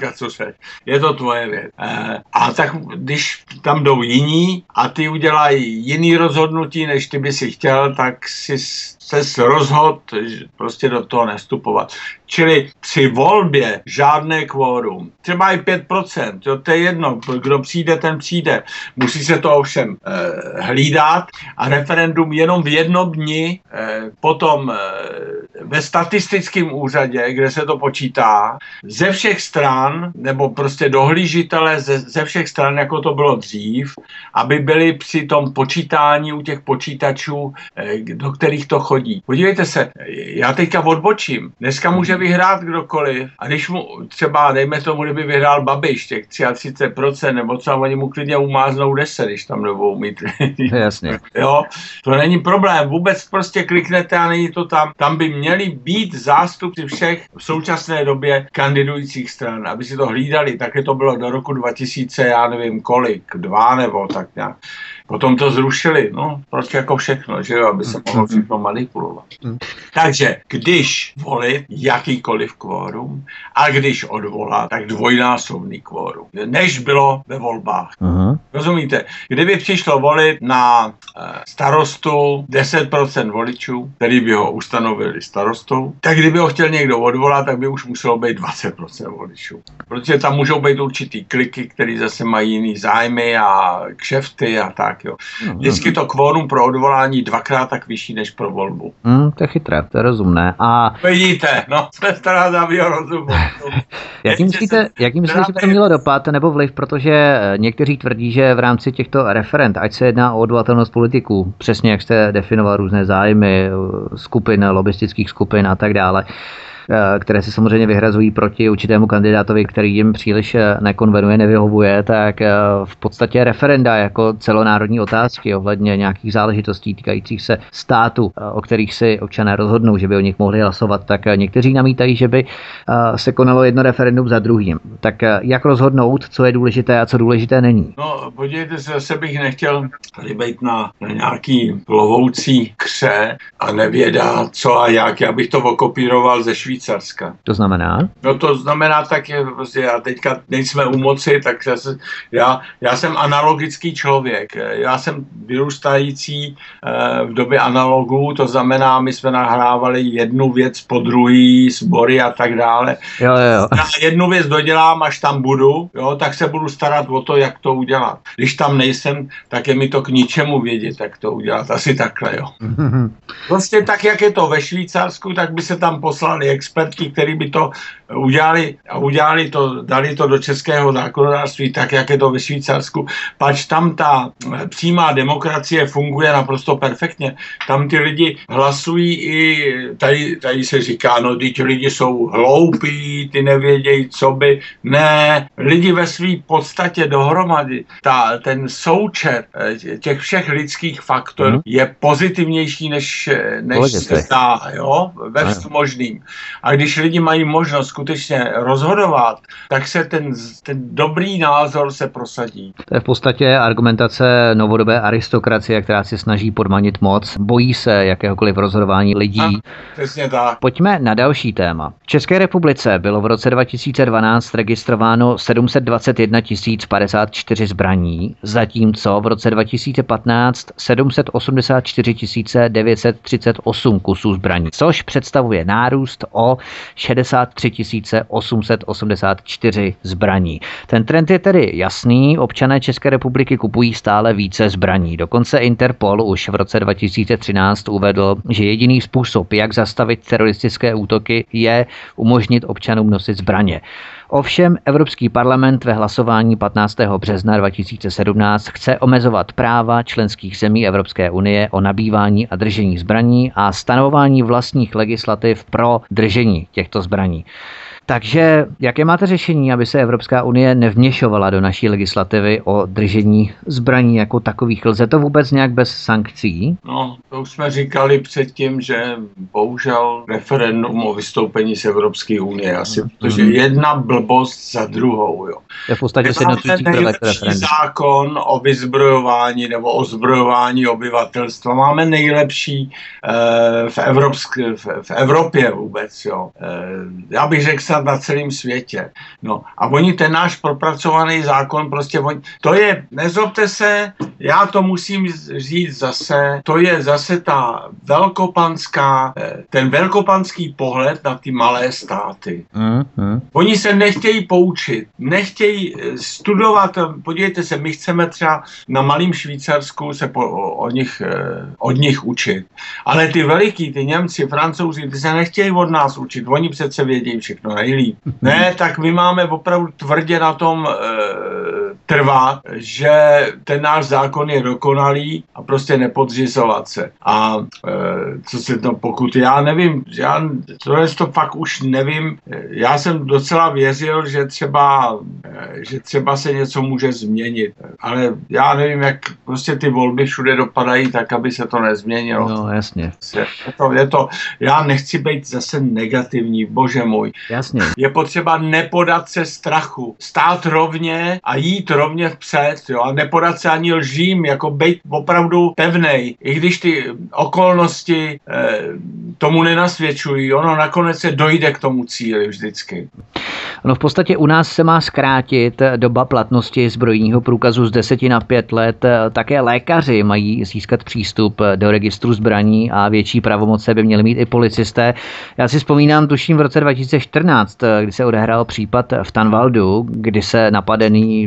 je to tvoje věc. A tak když tam jdou jiní a ty udělají jiný rozhodnutí, než ty by si chtěl, tak si se rozhod prostě do toho nestupovat. Čili při volbě žádné kvórum. Třeba i 5%, jo, to je jedno, kdo přijde, ten přijde. Musí se to ovšem hlídat a referendum jenom v jednom dni, potom ve statistickém úřadě, kde se to počítá, ze všech stran, nebo prostě dohlížitele ze všech stran, jako to bylo dřív, aby byli při tom počítání u těch počítačů, do kterých to chodí. Podívejte se, já teďka odbočím. Dneska může vyhrát kdokoliv a když mu třeba, dejme tomu, kdyby vyhrál Babiš, těch 33%, nebo co, oni mu klidně umáznou 10, když tam nebudou mít. Jasně. Jo, to není problém, vůbec prostě kliknete a není to tam. Tam by měli být zástupci všech v současné době kandidujících stran, aby si to hlídali, také to bylo do roku 2000, já nevím kolik, 2 nebo tak nějak. Potom to zrušili, no, prostě jako všechno, že jo, aby se mohlo všechno manipulovat. Takže, když volit jakýkoliv kvórum a když odvolat, tak dvojnásobný kvórum, než bylo ve volbách. Rozumíte? Kdyby přišlo volit na starostu 10% voličů, který by ho ustanovili starostou, tak kdyby ho chtěl někdo odvolat, tak by už muselo být 20% voličů. Protože tam můžou být určitý kliky, který zase mají jiný zájmy a kšefty a tak. Jo. Vždycky to kvórum pro odvolání 2krát tak vyšší než pro volbu. To je chytré, to je rozumné. A vidíte, no, jsme stará Zdravého rozumu. Jaký myslíte, že to mělo dopad nebo vliv, protože někteří tvrdí, že v rámci těchto referend, ať se jedná o odvolatelnost politiků, přesně jak jste definoval různé zájmy, skupin, lobistických skupin a tak dále, které se samozřejmě vyhrazují proti určitému kandidátovi, který jim příliš nekonvenuje, nevyhovuje, tak v podstatě referenda jako celonárodní otázky ohledně nějakých záležitostí týkajících se státu, o kterých si občané rozhodnou, že by o nich mohli hlasovat, tak někteří namítají, že by se konalo jedno referendum za druhým. Tak jak rozhodnout, co je důležité a co důležité není? No, podívejte se, zase bych nechtěl tady být na nějaký plovoucí kře a nevědá, co a jak. Já bych to okopíroval ze Švýcarska. To znamená? No to znamená tak, prostě já teďka nejsme u moci, tak já jsem analogický člověk. Já jsem vyrůstající v době analogů, to znamená, my jsme nahrávali jednu věc po druhý, sbory a tak dále. Jo. Já jednu věc dodělám, až tam budu, jo, tak se budu starat o to, jak to udělat. Když tam nejsem, tak je mi to k ničemu vědět, jak to udělat. Asi takhle, jo. Prostě tak, jak je to ve Švýcarsku, tak by se tam poslali experti, kteří by to udělali to, dali to do českého zákonodárství tak, jak je to ve Švýcarsku. Pač tam ta přímá demokracie funguje naprosto perfektně. Tam ty lidi hlasují i, tady se říká, no ty lidi jsou hloupí, ty nevědějí, co by. Ne, lidi ve své podstatě dohromady. Ten součet těch všech lidských faktorů je pozitivnější, než se zdá, jo, ve všem možným. A když lidi mají možnost skutečně rozhodovat, tak se ten dobrý názor se prosadí. To je v podstatě argumentace novodobé aristokracie, která se snaží podmanit moc, bojí se jakéhokoliv rozhodování lidí. Přesně tak. Pojďme na další téma. V České republice bylo v roce 2012 registrováno 721 054 zbraní, zatímco v roce 2015 784 938 kusů zbraní, což představuje nárůst o 63 884 zbraní. Ten trend je tedy jasný, občané České republiky kupují stále více zbraní. Dokonce Interpol už v roce 2013 uvedl, že jediný způsob, jak zastavit teroristické útoky, je umožnit občanům nosit zbraně. Ovšem Evropský parlament ve hlasování 15. března 2017 chce omezovat práva členských zemí Evropské unie o nabývání a držení zbraní a stanovování vlastních legislativ pro držení těchto zbraní. Takže jaké máte řešení, aby se Evropská unie nevměšovala do naší legislativy o držení zbraní jako takových? Lze to vůbec nějak bez sankcí? No, to už jsme říkali předtím, že bohužel referendum o vystoupení z Evropské unie asi, protože jedna blbost za druhou, jo. To je v podstatě sjednocující prvek referendum. Zákon o vyzbrojování nebo o zbrojování obyvatelstva máme nejlepší v Evropě vůbec, jo. Já bych řekl na celém světě. No a oni ten náš propracovaný zákon prostě, to je, nezlobte se, já to musím říct zase, to je zase ten velkopanský pohled na ty malé státy. Oni se nechtějí poučit, nechtějí studovat, podívejte se, my chceme třeba na malém Švýcarsku se od nich učit. Ale ty veliký, ty Němci, Francouzi, ty se nechtějí od nás učit, oni přece vědí všechno nejlíp. Ne, tak my máme opravdu tvrdě na tom trvat, že ten náš zákon je dokonalý a prostě nepodřizovat se. A co se to, pokud já nevím, to fakt už nevím, já jsem docela věřil, že třeba se něco může změnit, ale já nevím, jak prostě ty volby všude dopadají tak, aby se to nezměnilo. No, jasně. Já nechci být zase negativní, bože můj. Jasně. Je potřeba nepodat se strachu, stát rovně a jít rovně vpřed, jo, a nepodat se ani lžím, jako být opravdu pevnej, i když ty okolnosti tomu nenasvědčují, ono nakonec se dojde k tomu cíli vždycky. No v podstatě u nás se má zkrátit doba platnosti zbrojního průkazu z 10 na 5 let. Také lékaři mají získat přístup do registru zbraní a větší pravomoce by měli mít i policisté. Já si vzpomínám, tuším v roce 2014, kdy se odehrál případ v Tanvaldu, kdy se napadený strážce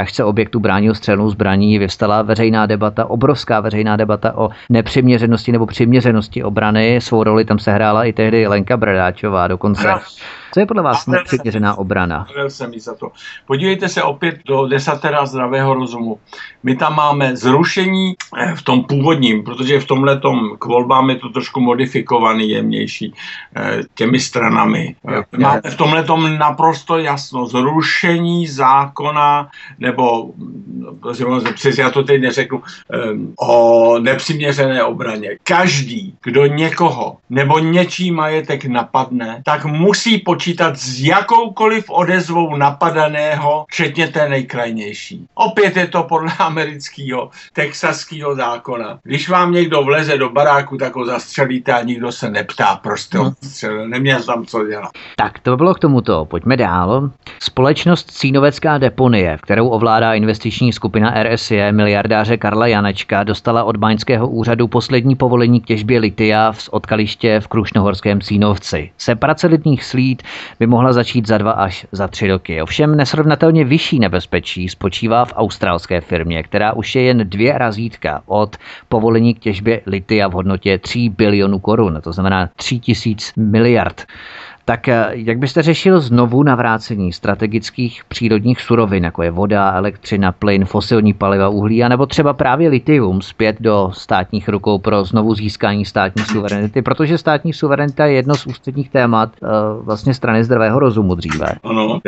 strážce objektu bránil střelnou zbraní, vyvstala veřejná debata, obrovská veřejná debata o nepřiměřenosti nebo přiměřenosti obrany. Svou roli tam sehrála i tehdy Lenka Bradáčová dokonce. Co je podle vás nepřiměřená obrana? Podívejte se opět do desatera zdravého rozumu. My tam máme zrušení v tom původním, protože v tomhletom k volbám je to trošku modifikovaný, jemnější těmi stranami. Máme v tomhletom naprosto jasno zrušení zákona, nebo přesně já to teď neřeknu, o nepřiměřené obraně. Každý, kdo někoho nebo něčí majetek napadne, tak musí počítat s jakoukoliv odezvou napadaného, včetně té nejkrajnější. Opět je to podle amerického, texaského zákona. Když vám někdo vleze do baráku, tak ho zastřelíte a nikdo se neptá, proč jste ho zastřelil. Neměl tam co dělat. Tak to by bylo k tomuto. Pojďme dál. Společnost Cínovecká deponie, kterou ovládá investiční skupina RSE miliardáře Karla Janečka, dostala od báňského úřadu poslední povolení k těžbě litia z odkaliště v Krušnohorském Cínovci. Separace litních slít by mohla začít za 2 až za 3 roky. Ovšem nesrovnatelně vyšší nebezpečí spočívá v australské firmě, která už je jen 2 razítka od povolení k těžbě litia v hodnotě 3 bilionů korun, to znamená 3000 miliard. Tak jak byste řešil znovu navrácení strategických přírodních surovin, jako je voda, elektřina, plyn, fosilní paliva, uhlí, anebo třeba právě litium zpět do státních rukou pro znovu získání státní suverenity, protože státní suverenita je jedno z ústředních témat vlastně strany zdravého rozumu dříve. Ano,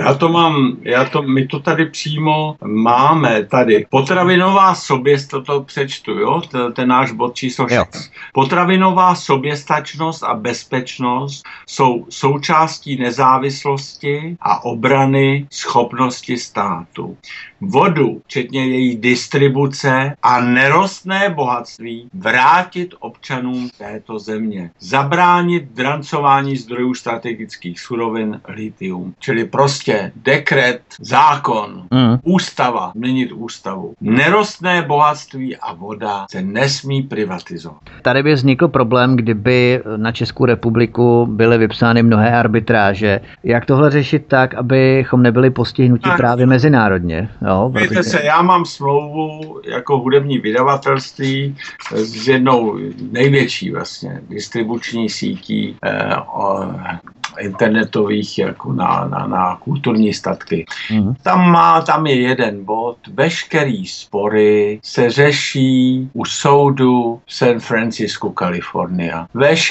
my to tady přímo máme tady. Potravinová to přečtu, jo? Ten náš bod číslo 6. Potravinová soběstačnost a bezpečnost jsou součástí nezávislosti a obrany schopnosti státu. Vodu, včetně její distribuce a nerostné bohatství vrátit občanům této země. Zabránit drancování zdrojů strategických surovin litium. Čili prostě dekret, zákon, ústava, měnit ústavu. Nerostné bohatství a voda se nesmí privatizovat. Tady by vznikl problém, kdyby na Českou republiku byly vypsány mnohé arbitráže. Jak tohle řešit tak, abychom nebyli postihnuti právě mezinárodně? Jo, víte se, já mám smlouvu jako hudební vydavatelství s jednou největší vlastně distribuční sítí internetových jako na kulturní statky. Tam je jeden bod. Veškerý spory se řeší u soudu v San Francisku, Kalifornia.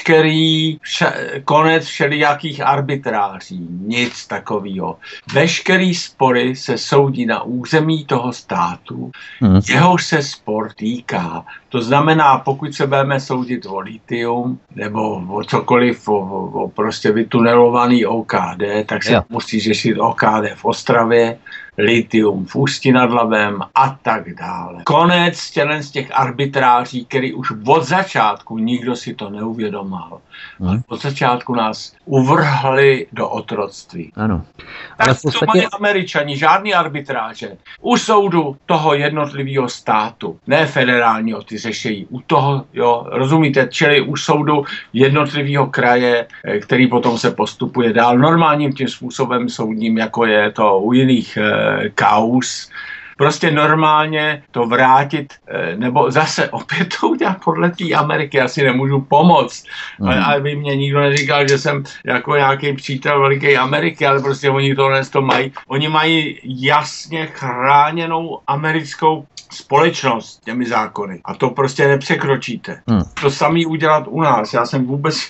Konec všelijakých arbitráří. Nic takového. Veškerý spory se soudí na území toho státu, jehož se spor týká. To znamená, pokud se budeme soudit o litium nebo o cokoliv, o prostě vytunelovaný OKD, tak se musí řešit OKD v Ostravě, litium v Ústí nad Labem a tak dále. Konec z těch arbitráží, který už od začátku nikdo si to neuvědomal. Od začátku nás uvrhli do otroctví. Ano. Tak to mají Američani, žádný arbitráže. U soudu toho jednotlivého státu, ne federálního, ty řešejí. U toho, jo, rozumíte, čili u soudu jednotlivého kraje, který potom se postupuje dál normálním tím způsobem soudním, jako je to u jiných kauz. Prostě normálně to vrátit, nebo zase opět to udělat podle té Ameriky, já si nemůžu pomoct. Ale by mě nikdo neříkal, že jsem jako nějaký přítel veliké Ameriky, ale prostě oni to mají. Oni mají jasně chráněnou americkou společnost těmi zákony. A to prostě nepřekročíte. To samý udělat u nás. Já jsem vůbec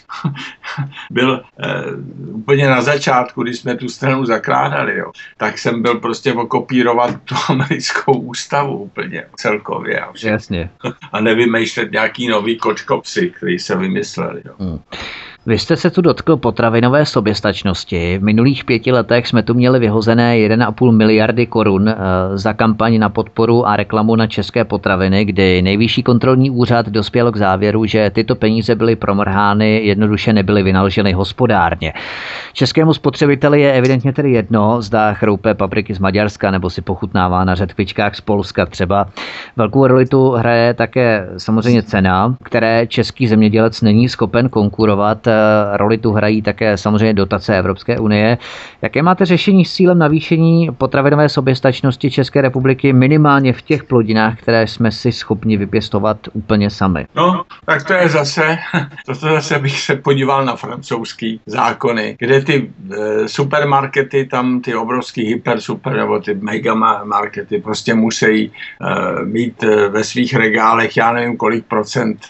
byl úplně na začátku, když jsme tu stranu zakládali, jo, tak jsem byl prostě okopírovat tu americkou ústavu úplně celkově. Jasně. A nevymýšlet nějaký nový kočkopsy, který se vymysleli. Jo. Vy jste se tu dotkl potravinové soběstačnosti. V minulých 5 letech jsme tu měli vyhozené 1,5 miliardy korun za kampaň na podporu a reklamu na české potraviny, kdy Nejvyšší kontrolní úřad dospěl k závěru, že tyto peníze byly promrhány, jednoduše nebyly vynaloženy hospodárně. Českému spotřebiteli je evidentně tedy jedno, zda chroupe papriky z Maďarska nebo si pochutnává na řetkvičkách z Polska třeba. Velkou roli tu hraje také samozřejmě cena, které český zemědělec není schopen konkurovat. roli tu hrají také samozřejmě dotace Evropské unie. Jaké máte řešení s cílem navýšení potravinové soběstačnosti České republiky minimálně v těch plodinách, které jsme si schopni vypěstovat úplně sami? No, tak to je zase bych se podíval na francouzský zákony, kde ty supermarkety, tam ty obrovský hypersuper nebo ty megamarkety prostě musí mít ve svých regálech, já nevím kolik procent,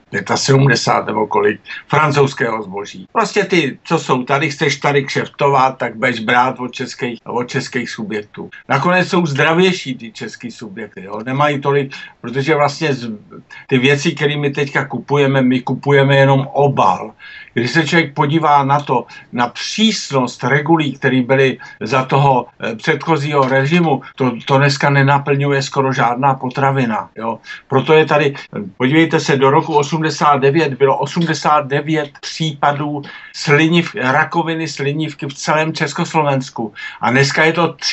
75 nebo kolik francouzského zboží. Prostě ty, co jsou tady, chceš tady kšeftovat, tak budeš brát od českých subjektů. Nakonec jsou zdravější ty český subjekty, jo? Nemají tolik, protože vlastně ty věci, které my teďka kupujeme, my kupujeme jenom obal. Když se člověk podívá na to, na přísnost regulí, které byly za toho předchozího režimu, to dneska nenaplňuje skoro žádná potravina. Jo? Proto je tady, podívejte se, do roku 89 bylo 89 případů rakoviny slinivky v celém Československu. A dneska je to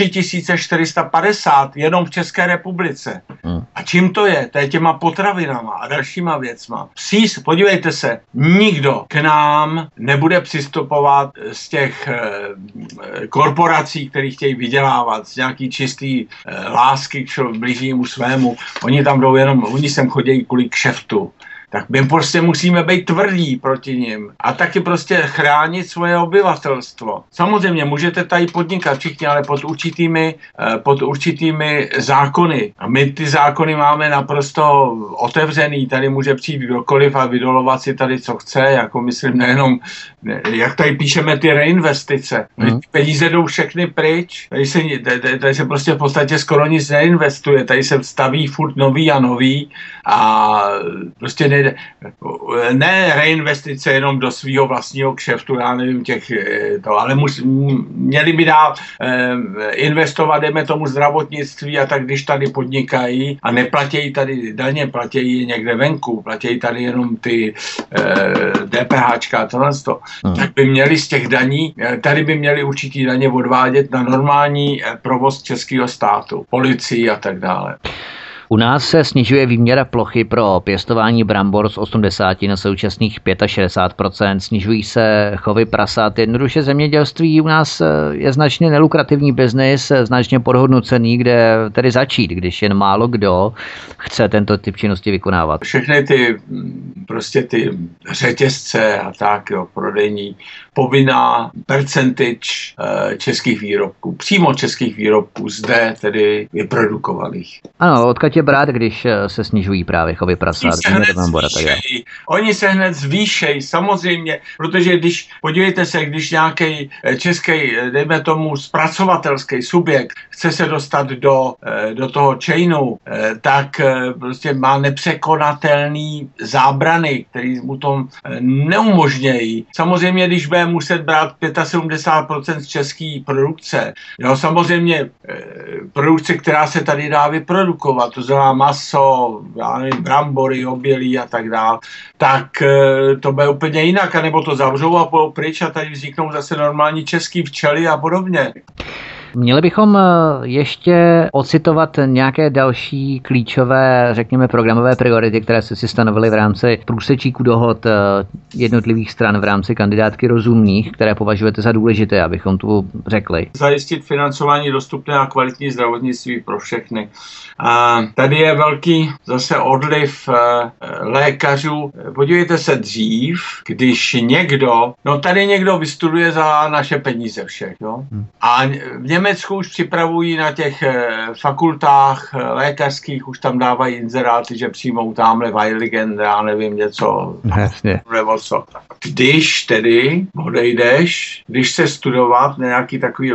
3450 jenom v České republice. A čím to je? To je těma potravinama a dalšíma věcma. Podívejte se, nikdo k nám nebude přistupovat z těch korporací, které chtějí vydělávat, z nějaký čistý lásky k bližnímu svému. Oni sem chodí kvůli kšeftu. Tak my prostě musíme být tvrdí proti nim a taky prostě chránit svoje obyvatelstvo. Samozřejmě můžete tady podnikat všichni, ale pod určitými zákony. A my ty zákony máme naprosto otevřený. Tady může přijít kdokoliv a vydolovat si tady, co chce. Jako myslím nejenom, jak tady píšeme ty reinvestice. Peníze jdou všechny pryč. Tady se prostě v podstatě skoro nic neinvestuje. Tady se staví furt nový a nový a prostě ne reinvestice jenom do svého vlastního kšeftu, já nevím ale měli by investovat, dejme tomu zdravotnictví a tak, když tady podnikají a neplatí tady daně, platí někde venku, platí tady jenom ty DPHčka a tohle, tak by měli z těch daní, tady by měli určitý daně odvádět na normální provoz českého státu, policii a tak dále. U nás se snižuje výměra plochy pro pěstování brambor z 80 na současných 65%, snižují se chovy prasat. Jednoduše zemědělství u nás je značně nelukrativní biznis, značně podhodnocený, kde tedy začít, když jen málo kdo chce tento typ činnosti vykonávat. Všechny ty řetězce a tak, prodejní, povinná percentage českých výrobků, přímo českých výrobků zde tedy vyprodukovaných. Ano, odkud je brát, když se snižují právě chovy prasat? Oni se hned zvýšejí, samozřejmě, protože podívejte se, když nějaký český, dejme tomu zpracovatelský subjekt chce se dostat do toho chainu, tak prostě má nepřekonatelný zábrany, který mu to neumožnějí. Samozřejmě, když bude muset brát 75% z české produkce, samozřejmě produkce, která se tady dá vyprodukovat, to znamená maso, brambory, obilí a tak dále, tak to bude úplně jinak, anebo to zavřou a půjdou pryč a tady vzniknou zase normální český včely a podobně. Měli bychom ještě ocitovat nějaké další klíčové, řekněme, programové priority, které jste si stanovili v rámci průsečíku dohod jednotlivých stran v rámci kandidátky rozumných, které považujete za důležité, abychom tu řekli. Zajistit financování dostupné a kvalitní zdravotnictví pro všechny. A tady je velký zase odliv lékařů. Podívejte se dřív, když tady někdo vystuduje za naše peníze všech, jo? A v Německu už připravují na těch fakultách lékařských, už tam dávají inzeráty, že přijmou tamhle Weiligen, já nevím, něco. Jasně. Nebo co. Když tedy odejdeš, když se studovat na nějaký takový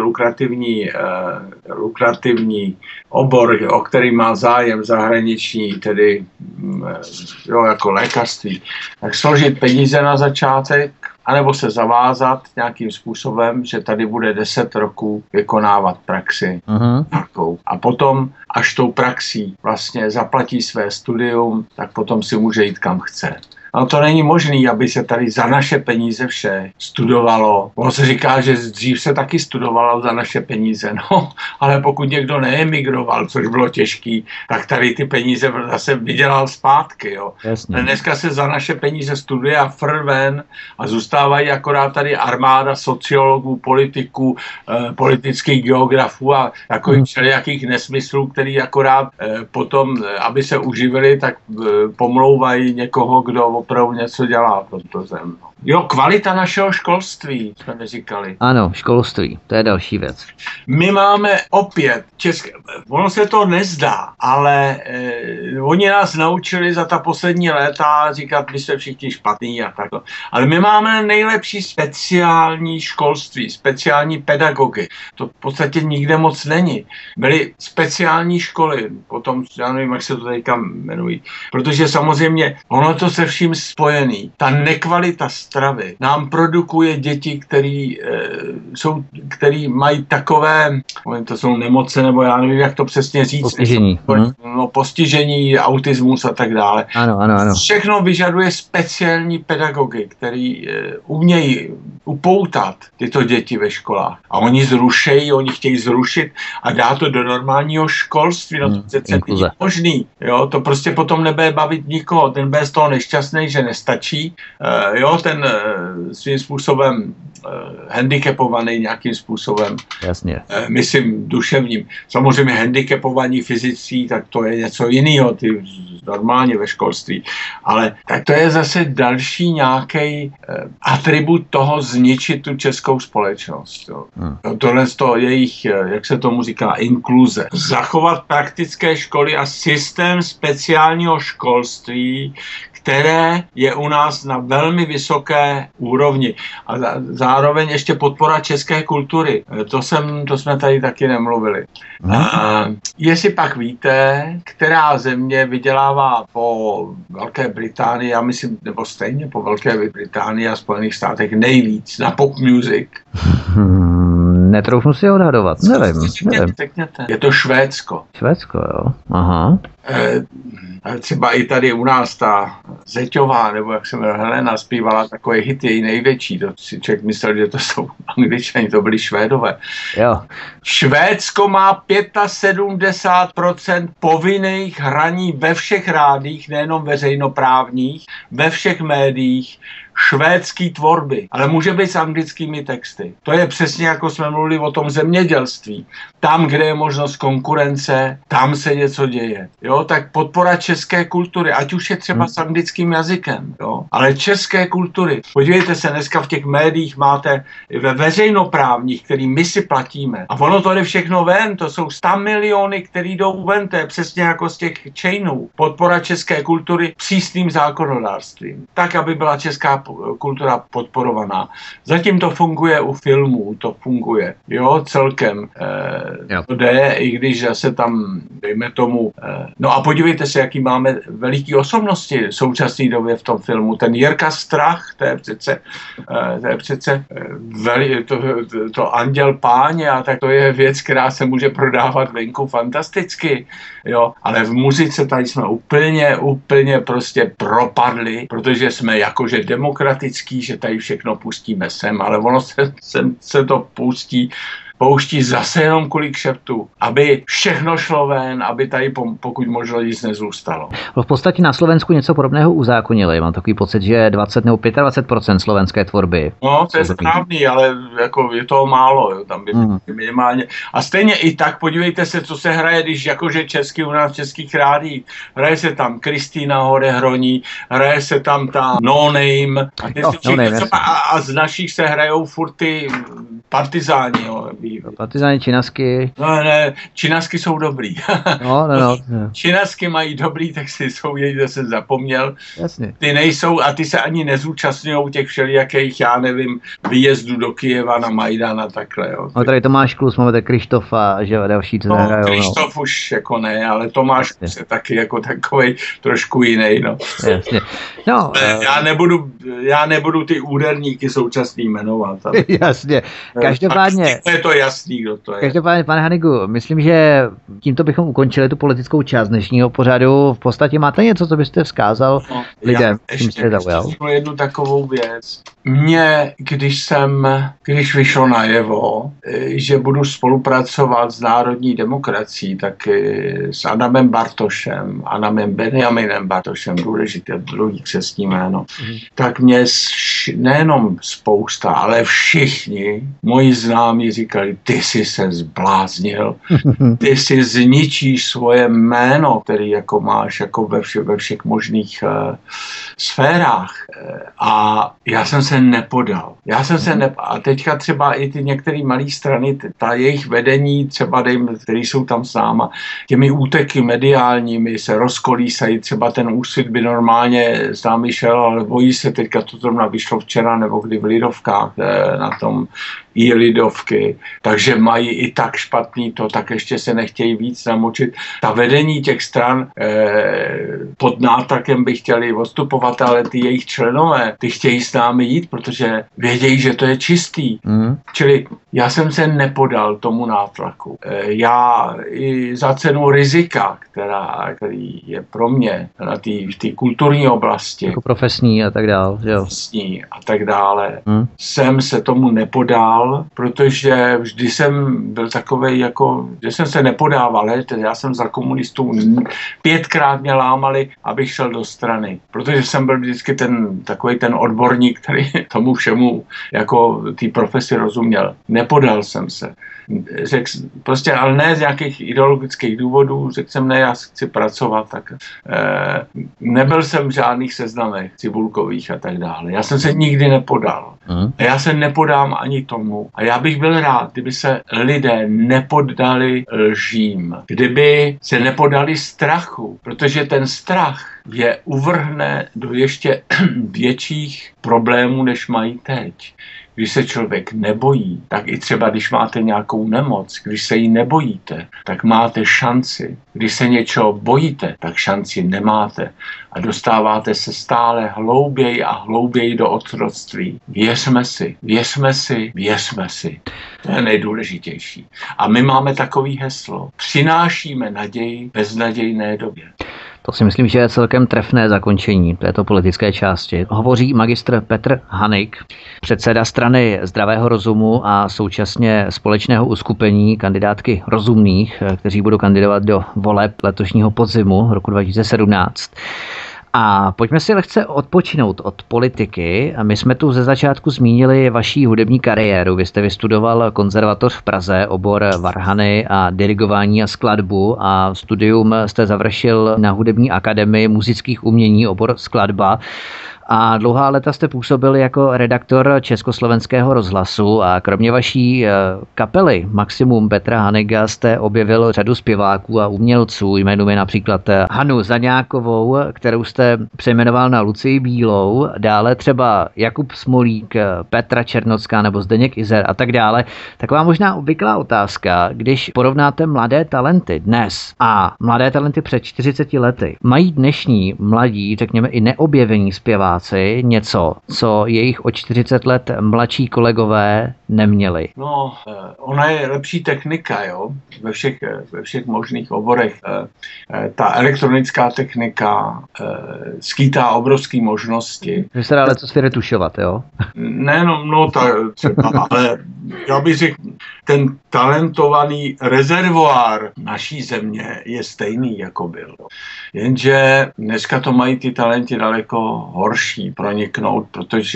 lukrativní obor, o který má zájem zahraniční, tedy jako lékařství, tak složit peníze na začátek, anebo se zavázat nějakým způsobem, že tady bude 10 roků vykonávat praxi. A potom, až tou praxí vlastně zaplatí své studium, tak potom si může jít kam chce. No to není možné, aby se tady za naše peníze vše studovalo. On se říká, že dřív se taky studovalo za naše peníze, no, ale pokud někdo neemigroval, což bylo těžký, tak tady ty peníze zase vydělal zpátky, jo. Jasně. Dneska se za naše peníze studuje a frven a zůstávají akorát tady armáda sociologů, politiků, politických geografů a takových všelijakých nesmyslů, který akorát potom, aby se uživili, tak pomlouvají někoho, kdo opravdu něco dělá pro to zem. Jo, kvalita našeho školství, jsme neříkali. Ano, školství, to je další věc. My máme opět ono se to nezdá, ale oni nás naučili za ta poslední léta říkat, my jsme všichni špatný a takhle. Ale my máme nejlepší speciální školství, speciální pedagogy. To v podstatě nikde moc není. Byly speciální školy, potom, já nevím, jak se to teďka jmenují, protože samozřejmě ono to se vším spojený. Ta nekvalita stravy nám produkuje děti, který mají takové, to jsou nemoce, nebo já nevím, jak to přesně říct. Postižení. No, postižení, autismus a tak dále. Ano. Všechno vyžaduje speciální pedagogy, který umějí upoutat tyto děti ve školách. A oni chtějí zrušit a dát to do normálního školství. No to přece není možný. Jo, to prostě potom nebude bavit nikoho. Ten bude z toho nešťastný, že nestačí. Jo, ten svým způsobem handicapovaný nějakým způsobem. Jasně. Myslím duševním. Samozřejmě handicapovaní fyzicí, tak to je něco jiného, ty normálně ve školství. Ale tak to je zase další nějaký atribut toho zničit tu českou společnost. Jo. Tohle z toho jejich, jak se tomu říká, inkluze. Zachovat praktické školy a systém speciálního školství, které je u nás na velmi vysoké úrovni. A zároveň ještě podpora české kultury. To jsme tady taky nemluvili. Jestli pak víte, která země vydělává po Velké Británii, já myslím, nebo stejně po Velké Británii a Spojených státech nejvíc na pop music? Netroufnu si odhadovat, nevím. Řekněte. Je to Švédsko. Švédsko, jo. Aha. Třeba i tady u nás ta Zeťová, nebo jak se jmenuje Helena, zpívala takové hity, její největší. To si člověk myslel, že to jsou Angličani, to byli Švédové. Jo. Švédsko má 75% povinných hraní ve všech rádích, nejenom veřejnoprávních, ve všech médiích, švédský tvorby, ale může být s anglickými texty. To je přesně jako jsme mluvili o tom zemědělství. Tam, kde je možnost konkurence, tam se něco děje. Jo, tak podpora české kultury, ať už je třeba s anglickým jazykem, jo, ale české kultury. Podívejte se, dneska v těch médiích máte ve veřejnoprávních, který my si platíme. A ono to jde všechno ven, to jsou 100 miliony, který jdou ven, to je přesně jako z těch chainů. Podpora české kultury přísným zákonodárstvím. Tak, aby byla česká kultura podporovaná. Zatím to funguje u filmů, to funguje, jo, celkem. To jde, i když zase tam, dejme tomu, no a podívejte se, jaký máme veliký osobnosti v současné době v tom filmu. Ten Jirka Strach, to je přece to Anděl Páně, a tak to je věc, která se může prodávat venku fantasticky, jo, ale v muzice tady jsme úplně prostě propadli, protože jsme jakože demokratický, že tady všechno pustíme sem, ale ono se to pouští zase jenom kvůli kšeftu, aby všechno šlo ven, aby tady pokud možno nic nezůstalo. V podstatě na Slovensku něco podobného uzákonili. Mám takový pocit, že 20 nebo 25% slovenské tvorby. No, to je správný, ale jako je toho málo, jo, tam by minimálně. A stejně i tak, podívejte se, co se hraje, když jakože česky u nás v českých rádích. Hraje se tam Kristýna Horehroní, hraje se tam ta No Name. A z našich se hrajou furt ty partizáni, jo. Partizáni, činasky. Ne, činasky jsou dobrý. No. Činasky mají dobrý texty, jsou jejich, zase zapomněl. Jasně. Ty nejsou a ty se ani nezúčastňují těch všelijakých, já nevím, výjezdů do Kyjeva na Majdan a takhle. Jo. No tady Tomáš Klus, máme Krištofa, že další to nehrajou. Krištof už jako ne, ale Tomáš Klus je taky jako takovej trošku jiný, no. Jasně. No, já nebudu ty úderníky současný jmenovat. Ale... Jasně. Každopádně. Je to jasný, kdo to je. Každopádně, pane Hanigu, myslím, že tímto bychom ukončili tu politickou část dnešního pořadu. V podstatě máte něco, co byste vzkázal lidem? Ještě jednu takovou věc. Mně, když vyšlo najevo, že budu spolupracovat s národní demokracií, tak s Adamem Bartošem, Adamem Benjaminem Bartošem, důležité druhý křestní jméno, tak mě nejenom spousta, ale všichni moji známí říkali, ty jsi se zbláznil, ty si zničíš svoje jméno, který jako máš jako ve všech možných sférách. A já jsem se nepodal. A teďka třeba i ty některé malé strany, ta jejich vedení, třeba který jsou tam s náma, těmi úteky mediálními se rozkolísají, třeba ten Úsvit by normálně s námi šel, ale bojí se, teďka to zrovna vyšlo včera nebo kdy v Lidovkách na tom i Lidovky, takže mají i tak špatný to, tak ještě se nechtějí víc namočit. Ta vedení těch stran pod nátlakem by chtěli odstupovat, ale ty jejich členové, ty chtějí s námi jít, protože vědějí, že to je čistý. Čili já jsem se nepodal tomu nátlaku. Já i za cenu rizika, který je pro mě na té kulturní oblasti. Jako profesní a tak dále. Profesní a tak dále. Jsem se tomu nepodal, protože vždy jsem byl takovej, jako, že jsem se nepodával. Já jsem za komunistů 5krát mě lámali, abych šel do strany. Protože jsem byl vždycky takovej ten odborník, který tomu všemu jako té profesi rozuměl. Nepodal jsem se. Prostě, ale ne z nějakých ideologických důvodů, řekl jsem, ne, já chci pracovat, tak nebyl jsem v žádných seznamech cibulkových a tak dále. Já jsem se nikdy nepodal. A já se nepodám ani tomu. A já bych byl rád, kdyby se lidé nepoddali lžím, kdyby se nepodali strachu, protože ten strach je uvrhne do ještě větších problémů, než mají teď. Když se člověk nebojí, tak i třeba když máte nějakou nemoc, když se jí nebojíte, tak máte šanci. Když se něčeho bojíte, tak šanci nemáte a dostáváte se stále hlouběji a hlouběji do otroctví. Věřme si, věřme si, věřme si. To je nejdůležitější. A my máme takový heslo. Přinášíme naději beznadějné době. To si myslím, že je celkem trefné zakončení této politické části. Hovoří magistr Petr Hanig, předseda strany Zdravého rozumu a současně společného uskupení kandidátky rozumných, kteří budou kandidovat do voleb letošního podzimu roku 2017. A pojďme si lehce odpočinout od politiky. My jsme tu ze začátku zmínili vaší hudební kariéru. Vy jste vystudoval konzervatoř v Praze, obor varhany a dirigování a skladbu a studium jste završil na hudební akademii muzických umění, obor skladba. A dlouhá léta jste působil jako redaktor Československého rozhlasu a kromě vaší kapely Maximum Petra Haniga jste objevil řadu zpěváků a umělců, jmenuje například Hanu Zaňákovou, kterou jste přejmenoval na Lucii Bílou, dále třeba Jakub Smolík, Petra Černocká nebo Zdeněk Izer a tak dále. Taková možná obvyklá otázka, když porovnáte mladé talenty dnes a mladé talenty před 40 lety, mají dnešní mladí, řekněme i neobjevení zpěváci něco, co jejich o 40 let mladší kolegové neměli? No, ona je lepší technika, jo, ve všech možných oborech. Ta elektronická technika skýtá obrovské možnosti. Vy se dá leco vyretušovat, jo? Ne, no třeba, ale já bych řekl, ten talentovaný rezervoár naší země je stejný, jako byl. Jenže dneska to mají ty talenty daleko horší proniknout,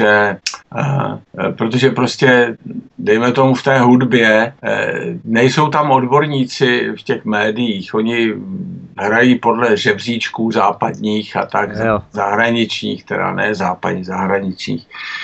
protože prostě, dejme tomu v té hudbě, nejsou tam odborníci v těch médiích, oni hrají podle žebříčků západních a tak zahraničních, teda ne západních, zahraničních.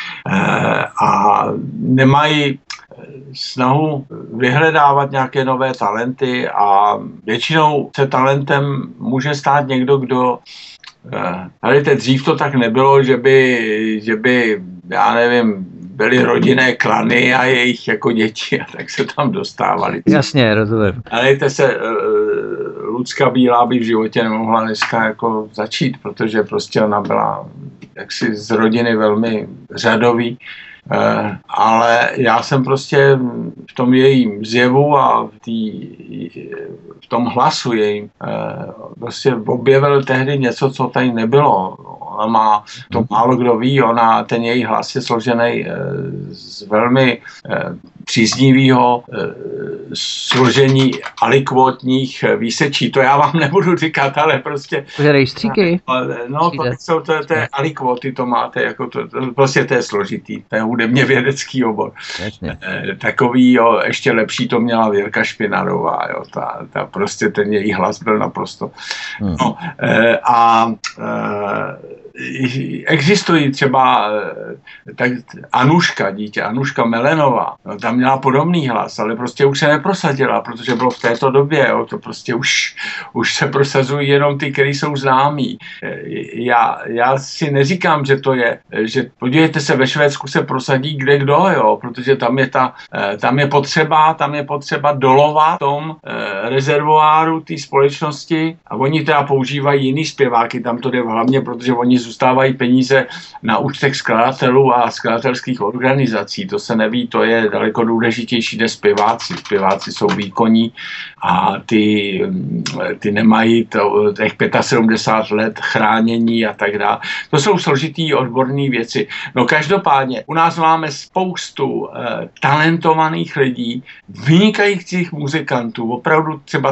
A nemají snahu vyhledávat nějaké nové talenty a většinou se talentem může stát někdo, kdo hledajte, dřív to tak nebylo, že by, já nevím, byly rodinné klany a jejich jako děti a tak se tam dostávali. Jasně, rozumím. Hledajte se, Lucka Bílá by v životě nemohla dneska jako začít, protože prostě ona byla jaksi z rodiny velmi řadový. ale já jsem prostě v tom jejím zjevu a v tom hlasu jejím prostě objevil tehdy něco, co tady nebylo. Ona má, to málo kdo ví, ten její hlas je složený z velmi příznivého složení alikvotních výsečí. To já vám nebudu říkat, ale prostě... Rejstříky? No, to je alikvoty, to máte, jako prostě to je složitý, to je hudebně vědecký obor. Takový, jo, ještě lepší to měla Věrka Špinarová, jo, ta prostě ten její hlas byl naprosto... No, existují třeba tak Anuška Melenová, no, tam měla podobný hlas, ale prostě už se neprosadila, protože bylo v této době, jo, to prostě už se prosazují jenom ty, kteří jsou známí. Já si neříkám, že to je, že podívejte se, ve Švédsku se prosadí kdo, jo, protože tam je potřeba dolovat tom rezervoáru té společnosti a oni teda používají jiný zpěváky, tam to jde hlavně, protože oni zůstávají peníze na účtech skladatelů a skladatelských organizací. To se neví, to je daleko důležitější než zpěváci. Zpěváci jsou výkonní a ty nemají těch 75 let chránění a tak dále. To jsou složitý odborné věci. No každopádně, u nás máme spoustu talentovaných lidí, vynikajících muzikantů, opravdu třeba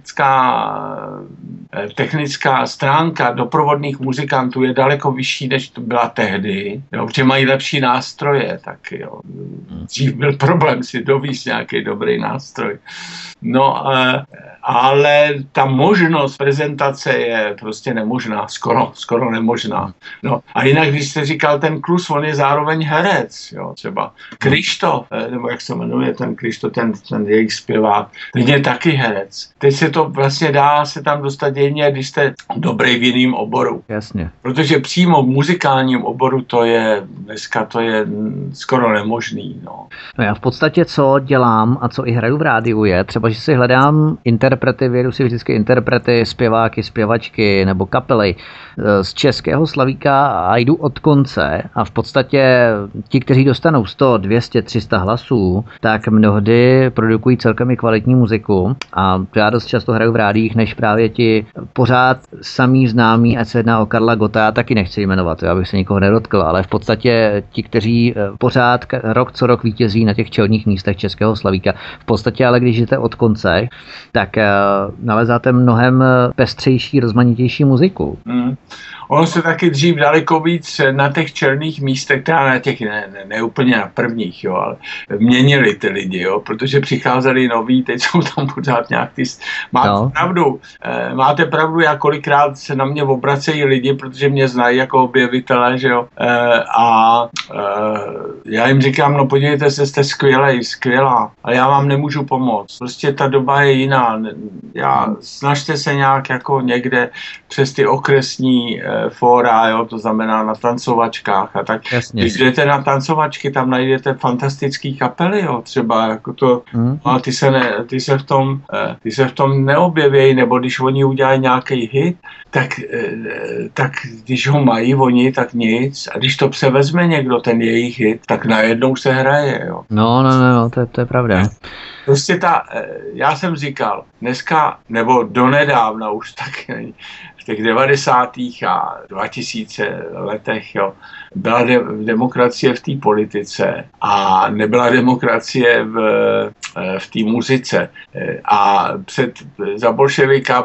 technická stránka doprovodných muzikantů je daleko vyšší, než to byla tehdy, jo, protože mají lepší nástroje, tak jo. Dřív byl problém si dovízt nějaký dobrý nástroj. No, ale ta možnost prezentace je prostě nemožná, skoro nemožná. No, a jinak, když jste říkal ten Klus, on je zároveň herec, jo, třeba Krištof, nebo jak se jmenuje ten Krištof, ten jejich zpěvák, ten je taky herec. Teď se to vlastně dá se tam dostat jedině, když jste dobrý v jiným oboru. Jasně. Protože přímo v muzikálním oboru dneska to je skoro nemožný, no. No já v podstatě, co dělám a co i hraju v rádiu je, třeba, že si hledám interprety, vědu si vždycky interprety, zpěváky, zpěvačky nebo kapely z českého slavíka a jdu od konce a v podstatě ti, kteří dostanou 100, 200, 300 hlasů, tak mnohdy produkují celkem i kvalitní muziku a já dost často hraju v rádiích, než právě ti pořád samý známí, ať se jedná o Karla Gotta, já taky nechci jmenovat, abych se nikoho nedotkl, ale v podstatě ti, kteří pořád rok co rok vítězí na těch čelních místech českého slavíka, v podstatě ale když jdete od konce, tak nalezáte mnohem pestřejší, rozmanitější muziku. Ono se taky dřív daleko víc na těch černých místech, teda na těch ne úplně na prvních, jo, ale měnili ty lidi, jo, protože přicházeli noví, teď jsou tam pořád nějak ty... Máte pravdu, já kolikrát se na mě obracejí lidi, protože mě znají jako objevitele, že jo, já jim říkám, no podívejte se, jste skvělá, ale já vám nemůžu pomoct. Prostě ta doba je jiná. Snažte se nějak jako někde přes ty okresní fóra, jo, to znamená na tancovačkách a tak. Jasně. Když jdete na tancovačky, tam najdete fantastický kapely, jo, třeba jako to, a ty se v tom neobjevějí, nebo když oni udělají nějaký hit, tak když ho mají oni, tak nic. A když to převezme někdo, ten jejich hit, tak najednou se hraje, jo. No, to je pravda. Prostě já jsem říkal, dneska, nebo donedávna už taky, v těch 90. a 2000 letech, jo, byla demokracie v té politice a nebyla demokracie v té muzice. A za bolševika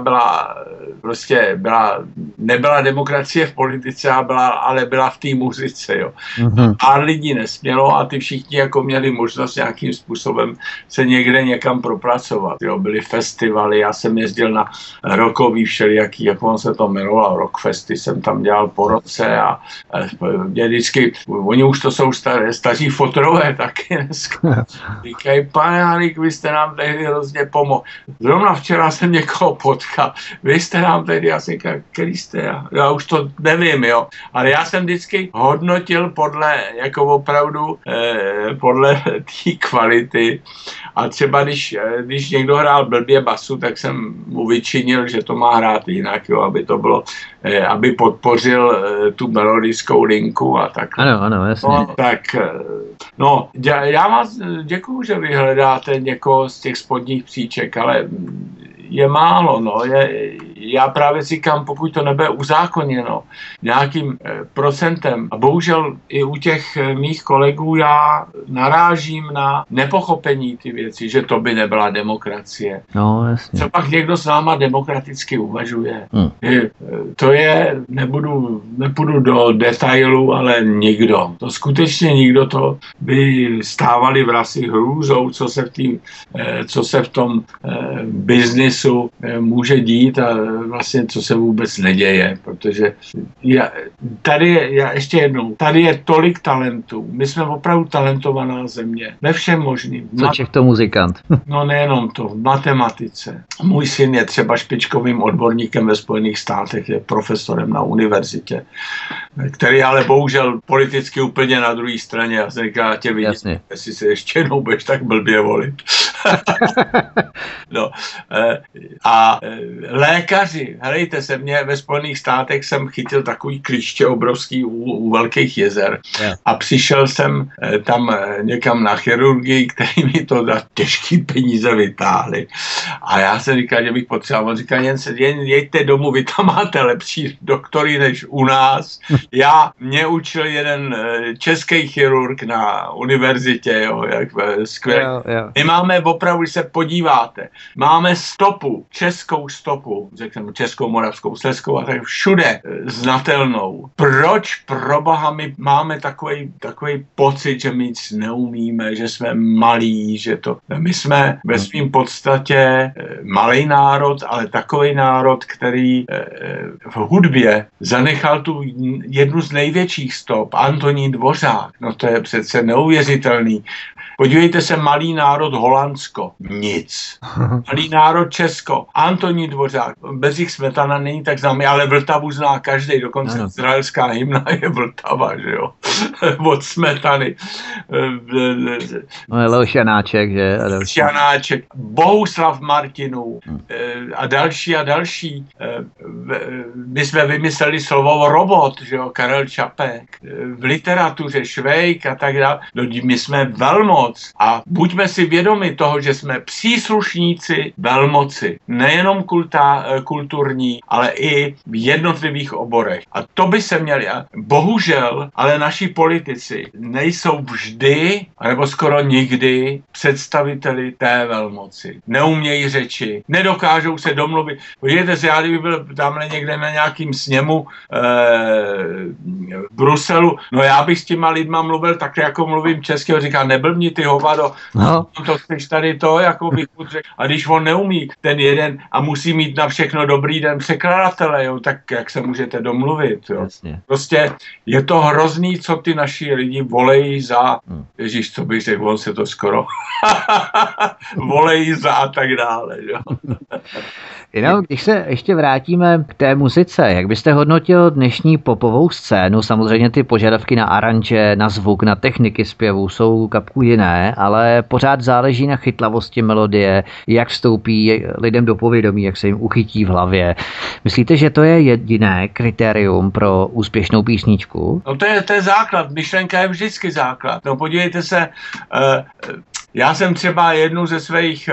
nebyla demokracie v politice, ale byla v té muzice. Jo. Pár lidí nesmělo a ty všichni jako měli možnost nějakým způsobem se někam propracovat. Jo. Byly festivaly, já jsem jezdil na rockový všelijaký, jak on se to jmenoval, rockfesty jsem tam dělal po roce a vždycky, oni už to jsou staří fotrové taky dneska. Říkají, pane Haník, vy jste nám tehdy hrozně pomohl. Zrovna včera jsem někoho potkal, vy jste nám tehdy, já jsem říkal, který jste Já už to nevím, jo. Ale já jsem vždycky hodnotil podle, jako opravdu, podle té kvality. A třeba když někdo hrál blbě basu, tak jsem mu vyčinil, že to má hrát jinak, jo, aby to bylo, aby podpořil tu melodickou linku a tak. Ano, jasně. Já vás děkuju, že vy hledáte někoho z těch spodních příček, ale je málo, no. Já právě říkám, pokud to nebude uzákoněno nějakým procentem, a bohužel i u těch mých kolegů já narážím na nepochopení ty věci, že to by nebyla demokracie. No, jasně. Co pak někdo s náma demokraticky uvažuje? To je, nepůjdu do detailu, ale nikdo. To skutečně nikdo, to by stávali vlasy hrůzou, co se v tom biznisu může dít a vlastně co se vůbec neděje, protože ještě jednou, tady je tolik talentů. My jsme opravdu talentovaná země. Ve všem možným. Co Čech to muzikant? No nejenom to, v matematice. Můj syn je třeba špičkovým odborníkem ve Spojených státech, je profesorem na univerzitě, který ale bohužel politicky úplně na druhé straně. Já jsem říkal, tě vidím, jestli se ještě jednou budeš tak blbě volit. No. A lékaři, helejte se, mě ve Spojených státech jsem chytil takový klíště obrovský u velkých jezer a přišel jsem tam někam na chirurgii, který mi to za těžký peníze vytáhli. A já jsem říkal, že bych potřeboval. On říkal, jen jeďte domů, vy tam máte lepší doktory než u nás. Mě učil jeden český chirurg na univerzitě, jo, jak skvělý. My máme opravdu, když se podíváte, máme stopu, českou stopu, řekněme českou, moravskou, slezskou a tak všude znatelnou. Proč pro boha my máme takový pocit, že my nic neumíme, že jsme malí, že to... My jsme ve svým podstatě malý národ, ale takový národ, který v hudbě zanechal tu jednu z největších stop, Antonín Dvořák. No to je přece neuvěřitelný. Podívejte se, malý národ Holandsko. Nic. Malý národ Česko. Antonín Dvořák. Bezích Smetana není tak známý, ale Vltavu zná každý. Dokonce izraelská hymna je Vltava, že jo. Od Smetany. No, Leoš Janáček, že? Leoš Janáček. Bohuslav Martinů. A další. My jsme vymysleli slovo robot, že jo. Karel Čapek. V literatuře Švejk a tak dále. No, my jsme velmoc. A buďme si vědomi toho, že jsme příslušníci velmoci. Nejenom kulturní, ale i v jednotlivých oborech. A to by se měli. A bohužel, ale naši politici nejsou vždy, nebo skoro nikdy, představiteli té velmoci. Neumějí řeči, nedokážou se domluvit. Podívejte se, já kdyby byl tamhle někde na nějakým sněmu v Bruselu, no já bych s těma lidma mluvil tak, jako mluvím česky, říká, neblbni ty hovado, to chceš tady to, jako bych řekl. A když on neumí ten jeden a musí mít na všechno dobrý den překladatele, jo, tak jak se můžete domluvit, jo. Jasně. Prostě je to hrozný, co ty naši lidi volejí za, ježíš, co bych řekl, on se to skoro volejí za a tak dále, jo. Jenom, když se ještě vrátíme k té muzice, jak byste hodnotil dnešní popovou scénu? Samozřejmě ty požadavky na aranže, na zvuk, na techniky zpěvu jsou kapku jiné, ale pořád záleží na chytlavosti melodie, jak vstoupí lidem do povědomí, jak se jim uchytí v hlavě. Myslíte, že to je jediné kritérium pro úspěšnou písničku? No to je základ, myšlenka je vždycky základ. No podívejte se, já jsem třeba jednu ze svých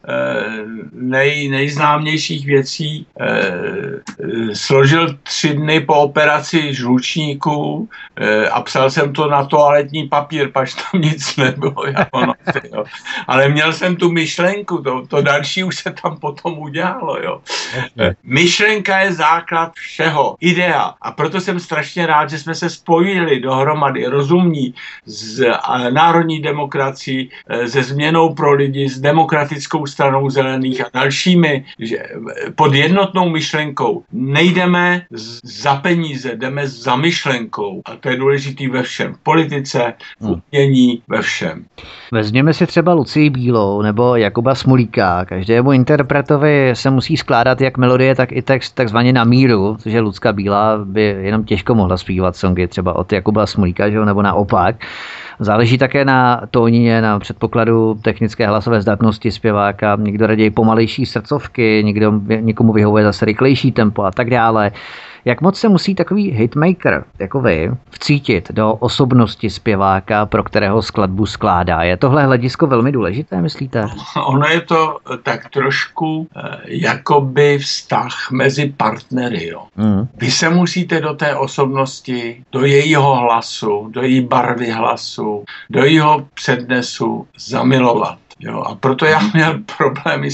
nejznámějších věcí složil 3 dny po operaci žlučníků a psal jsem to na toaletní papír, pač tam nic nebylo. Ale měl jsem tu myšlenku, to další už se tam potom udělalo. Jo. Myšlenka je základ všeho, idea. A proto jsem strašně rád, že jsme se spojili dohromady rozumní s národní demokracií, s se Změnou pro lidi, s Demokratickou stranou zelených a dalšími, že pod jednotnou myšlenkou nejdeme za peníze, jdeme za myšlenkou a to je důležitý ve všem. V politice, v umění, ve všem. Vezměme si třeba Lucii Bílou nebo Jakuba Smolíka. Každému interpretovi se musí skládat jak melodie, tak i text takzvaně na míru, protože Lucka Bílá by jenom těžko mohla zpívat songy třeba od Jakuba Smolíka, že? Nebo naopak. Záleží také na tónině, na předpokladu technické hlasové zdatnosti zpěváka. Někdo raději pomalejší srdcovky, někomu vyhovuje zase rychlejší tempo a tak dále. Jak moc se musí takový hitmaker, jako vy, vcítit do osobnosti zpěváka, pro kterého skladbu skládá? Je tohle hledisko velmi důležité, myslíte? Ono je to tak trošku jakoby vztah mezi partnery. Jo. Vy se musíte do té osobnosti, do jejího hlasu, do její barvy hlasu, do jejího přednesu zamilovat. Jo, a proto já měl problémy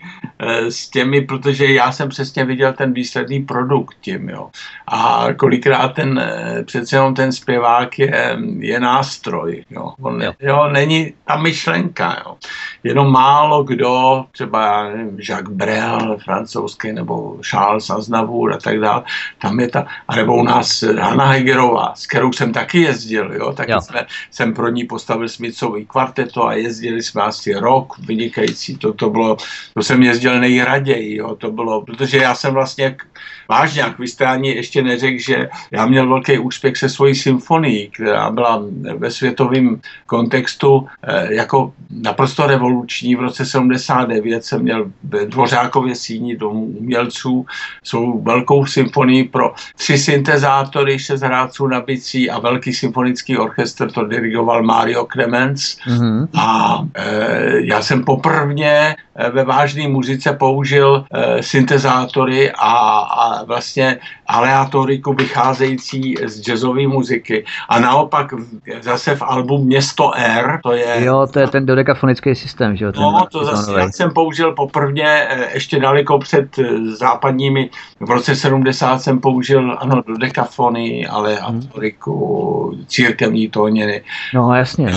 s těmi, protože já jsem přesně viděl ten výsledný produkt tím, jo. A kolikrát přece jenom ten zpěvák je nástroj, jo. Není ta myšlenka, jo. Jenom málo kdo, třeba já nevím, Jacques Brel, francouzský, nebo Charles Aznavour a tak dále, tam je nebo u nás Hanna Hegerová, s kterou jsem taky jezdil, jo, taky jsem pro ní postavil Smithsový kvarteto a jezdili jsme asi rok vynikající, to jsem jezdil nejraději, jo, to bylo, protože já jsem vlastně vážně, jak vy jste ani ještě neřekl, že já měl velký úspěch se svojí symfonií, která byla ve světovém kontextu jako naprosto revoluční. V roce 79 jsem měl v Dvořákově síni domu umělců svou velkou symfonii pro 3 syntezátory, 6 hráčů na bicí a velký symfonický orchestr, to dirigoval Mario Clemens. A já jsem poprvně ve vážné muzice použil syntezátory a vlastně aleatoriku vycházející z jazzové muziky. A naopak zase v albu Město R, to je... Jo, to je ten dodekafonický systém, že jo? To zase já jsem použil poprvně ještě daleko před západními. V roce 70 jsem použil, ano, dodekafony, aleatoriku, církevní tóniny. No, jasně.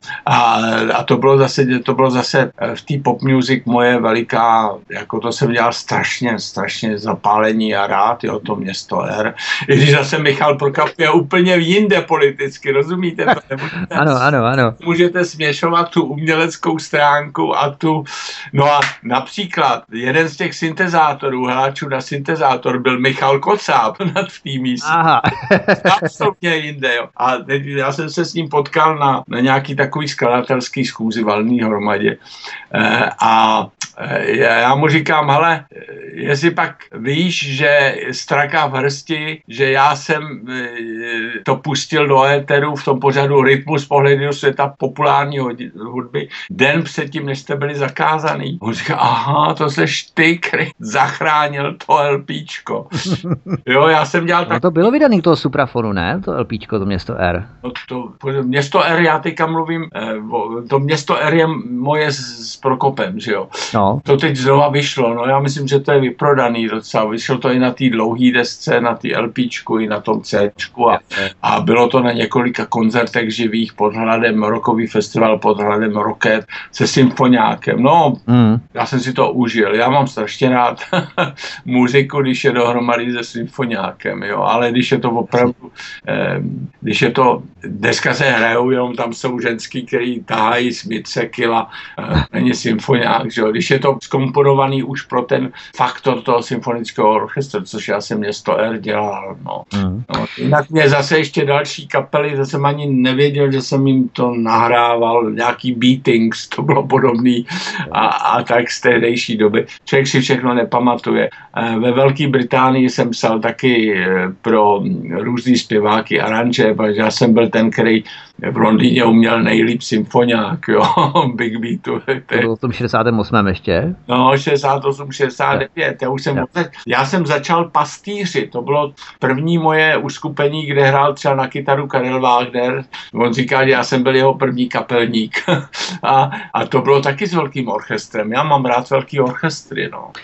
A to bylo zase v té pop music moje veliká, jako to jsem dělal strašně zapálení a rád, jo, to Město R. I když zase Michal Prokop je úplně jinde politicky, rozumíte? Ano. Můžete směšovat tu uměleckou stránku a tu, no a například jeden z těch syntezátorů, hráčů na syntezátor byl Michal Kocáb v té místě. Absolutně jinde, jo. A já jsem se s ním potkal na nějaký takový skladatelský schůzi valný hromadě. A já mu říkám, hele, jestli pak víš, že Straka v hrsti, že já jsem to pustil do éteru v tom pořadu Rytmus pohledu do světa populární hudby den předtím, než jste byli zakázaný. On říká, aha, to seš ty, který zachránil to LPčko. Jo, já jsem dělal tak... No to bylo vydaný toho Suprafonu, ne? To LPčko, to Město R. No to Město R, já teďka mluvím, to Město R je moje s Prokopem, že jo. No. To teď znova vyšlo, no já myslím, že to je vyprodaný docela. Vyšlo to i na té dlouhé desce, na té LPčku, i na tom Cčku a bylo to na několika koncertech živých pod hradem, rockový festival pod hradem Rocket se symfoniákem. No, já jsem si to užil. Já mám strašně rád muziku, když je dohromady se symfoniákem, jo, ale když je to opravdu, když je to, dneska se hrajou, jenom tam jsou ženský, který tahají Smithe, Kila, není symfoniák, že jo, když je to zkomponovaný už pro ten faktor toho symfonického orchestru, což já jsem Město R dělal, no. No. Jinak mě zase ještě další kapely, zase jsem ani nevěděl, že jsem jim to nahrával, nějaký Beatings, to bylo podobný a tak z tehdejší doby. Člověk si všechno nepamatuje. Ve Velké Británii jsem psal taky pro různý zpěváky aranže, protože já jsem byl ten, který v Londýně uměl nejlíp symfoniák, jo, Big Beatu. To bylo v tom 68. ještě? No, 68, 69. Já jsem začal pastýři, to bylo první moje uskupení, kde hrál třeba na kytaru Karel Wagner. On říkal, že já jsem byl jeho první kapelník. a to bylo taky s velkým orchestrem. Já mám rád velký orchestry, no.